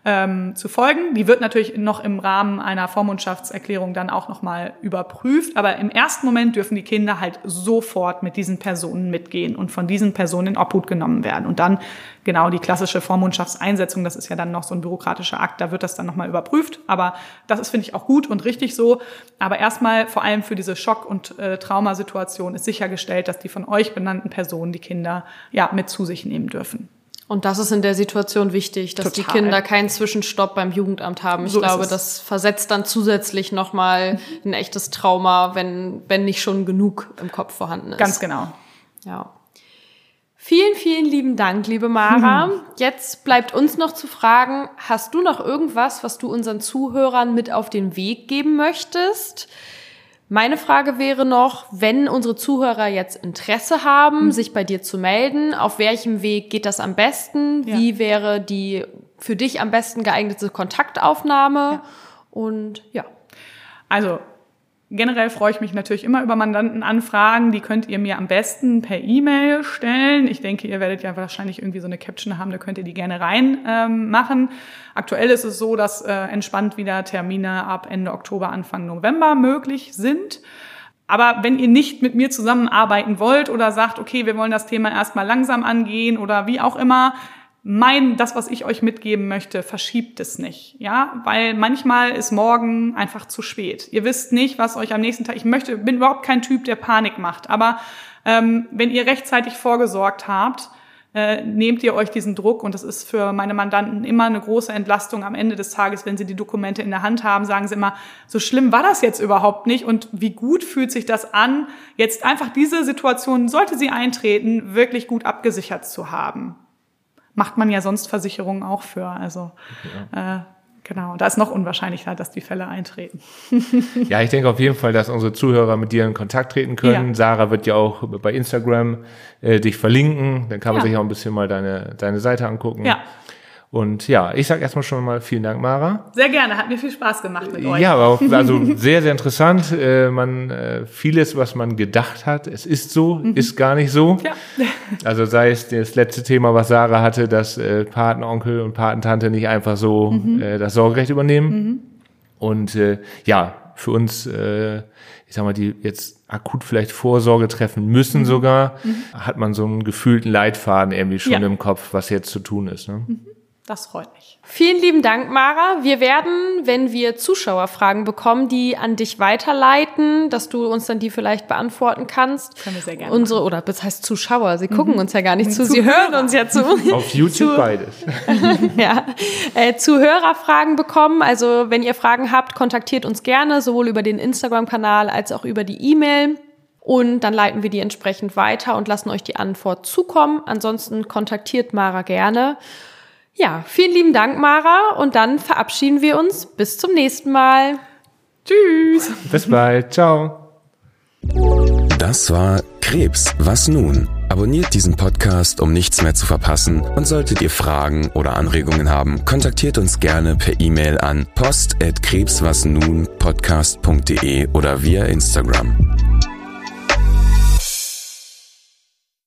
zu folgen. Die wird natürlich noch im Rahmen einer Vormundschaftserklärung dann auch nochmal überprüft. Aber im ersten Moment dürfen die Kinder halt sofort mit diesen Personen mitgehen und von diesen Personen in Obhut genommen werden. Und dann genau die klassische Vormundschaftseinsetzung, das ist ja dann noch so ein bürokratischer Akt, da wird das dann nochmal überprüft. Aber das ist, finde ich, auch gut und richtig so. Aber erstmal vor allem für diese Schock- und Traumasituation ist sichergestellt, dass die von euch benannten Personen die Kinder ja mit zu sich nehmen dürfen. Und das ist in der Situation wichtig, dass die Kinder keinen Zwischenstopp beim Jugendamt haben. Ich glaube, das versetzt dann zusätzlich nochmal ein echtes Trauma, wenn nicht schon genug im Kopf vorhanden ist. Ganz genau. Ja. Vielen, vielen lieben Dank, liebe Mara. Jetzt bleibt uns noch zu fragen, hast du noch irgendwas, was du unseren Zuhörern mit auf den Weg geben möchtest? Meine Frage wäre noch, wenn unsere Zuhörer jetzt Interesse haben, sich bei dir zu melden, auf welchem Weg geht das am besten? Ja. Wie wäre die für dich am besten geeignete Kontaktaufnahme? Ja. Und ja. Also generell freue ich mich natürlich immer über Mandantenanfragen. Die könnt ihr mir am besten per E-Mail stellen. Ich denke, ihr werdet ja wahrscheinlich irgendwie so eine Caption haben, da könnt ihr die gerne machen. Aktuell ist es so, dass entspannt wieder Termine ab Ende Oktober, Anfang November möglich sind. Aber wenn ihr nicht mit mir zusammenarbeiten wollt oder sagt, okay, wir wollen das Thema erstmal langsam angehen oder wie auch immer, das, was ich euch mitgeben möchte, verschiebt es nicht, ja, weil manchmal ist morgen einfach zu spät. Ihr wisst nicht, was euch am nächsten Tag, bin überhaupt kein Typ, der Panik macht, aber wenn ihr rechtzeitig vorgesorgt habt, nehmt ihr euch diesen Druck und das ist für meine Mandanten immer eine große Entlastung am Ende des Tages, wenn sie die Dokumente in der Hand haben, sagen sie immer, so schlimm war das jetzt überhaupt nicht und wie gut fühlt sich das an, jetzt einfach diese Situation, sollte sie eintreten, wirklich gut abgesichert zu haben. Macht man ja sonst Versicherungen auch für. Also genau, da ist noch unwahrscheinlicher, dass die Fälle eintreten. Ja, ich denke auf jeden Fall, dass unsere Zuhörer mit dir in Kontakt treten können. Ja. Sarah wird ja auch bei Instagram dich verlinken. Dann kann man sich auch ein bisschen mal deine Seite angucken. Ja. Und ja, ich sage erstmal schon mal vielen Dank, Mara. Sehr gerne, hat mir viel Spaß gemacht mit euch. Ja, aber auch, also sehr, sehr interessant. Vieles, was man gedacht hat, es ist so, ist gar nicht so. Ja. Also sei es das letzte Thema, was Sarah hatte, dass Patenonkel und Patentante nicht einfach so das Sorgerecht übernehmen. Und ja, für uns, ich sag mal, die jetzt akut vielleicht Vorsorge treffen müssen sogar, hat man so einen gefühlten Leitfaden irgendwie schon im Kopf, was jetzt zu tun ist. Ne? Das freut mich. Vielen lieben Dank, Mara. Wir werden, wenn wir Zuschauerfragen bekommen, die an dich weiterleiten, dass du uns dann die vielleicht beantworten kannst. Können wir sehr gerne. Oder das heißt Zuschauer, sie gucken uns ja gar nicht zu, sie hören uns ja zu. Auf YouTube beides. Ja, Zuhörerfragen bekommen. Also wenn ihr Fragen habt, kontaktiert uns gerne, sowohl über den Instagram-Kanal als auch über die E-Mail. Und dann leiten wir die entsprechend weiter und lassen euch die Antwort zukommen. Ansonsten kontaktiert Mara gerne. Ja, vielen lieben Dank, Mara. Und dann verabschieden wir uns. Bis zum nächsten Mal. Tschüss. Bis bald. Ciao. Das war Krebs, was nun? Abonniert diesen Podcast, um nichts mehr zu verpassen. Und solltet ihr Fragen oder Anregungen haben, kontaktiert uns gerne per E-Mail an post@krebswasnunpodcast.de oder via Instagram.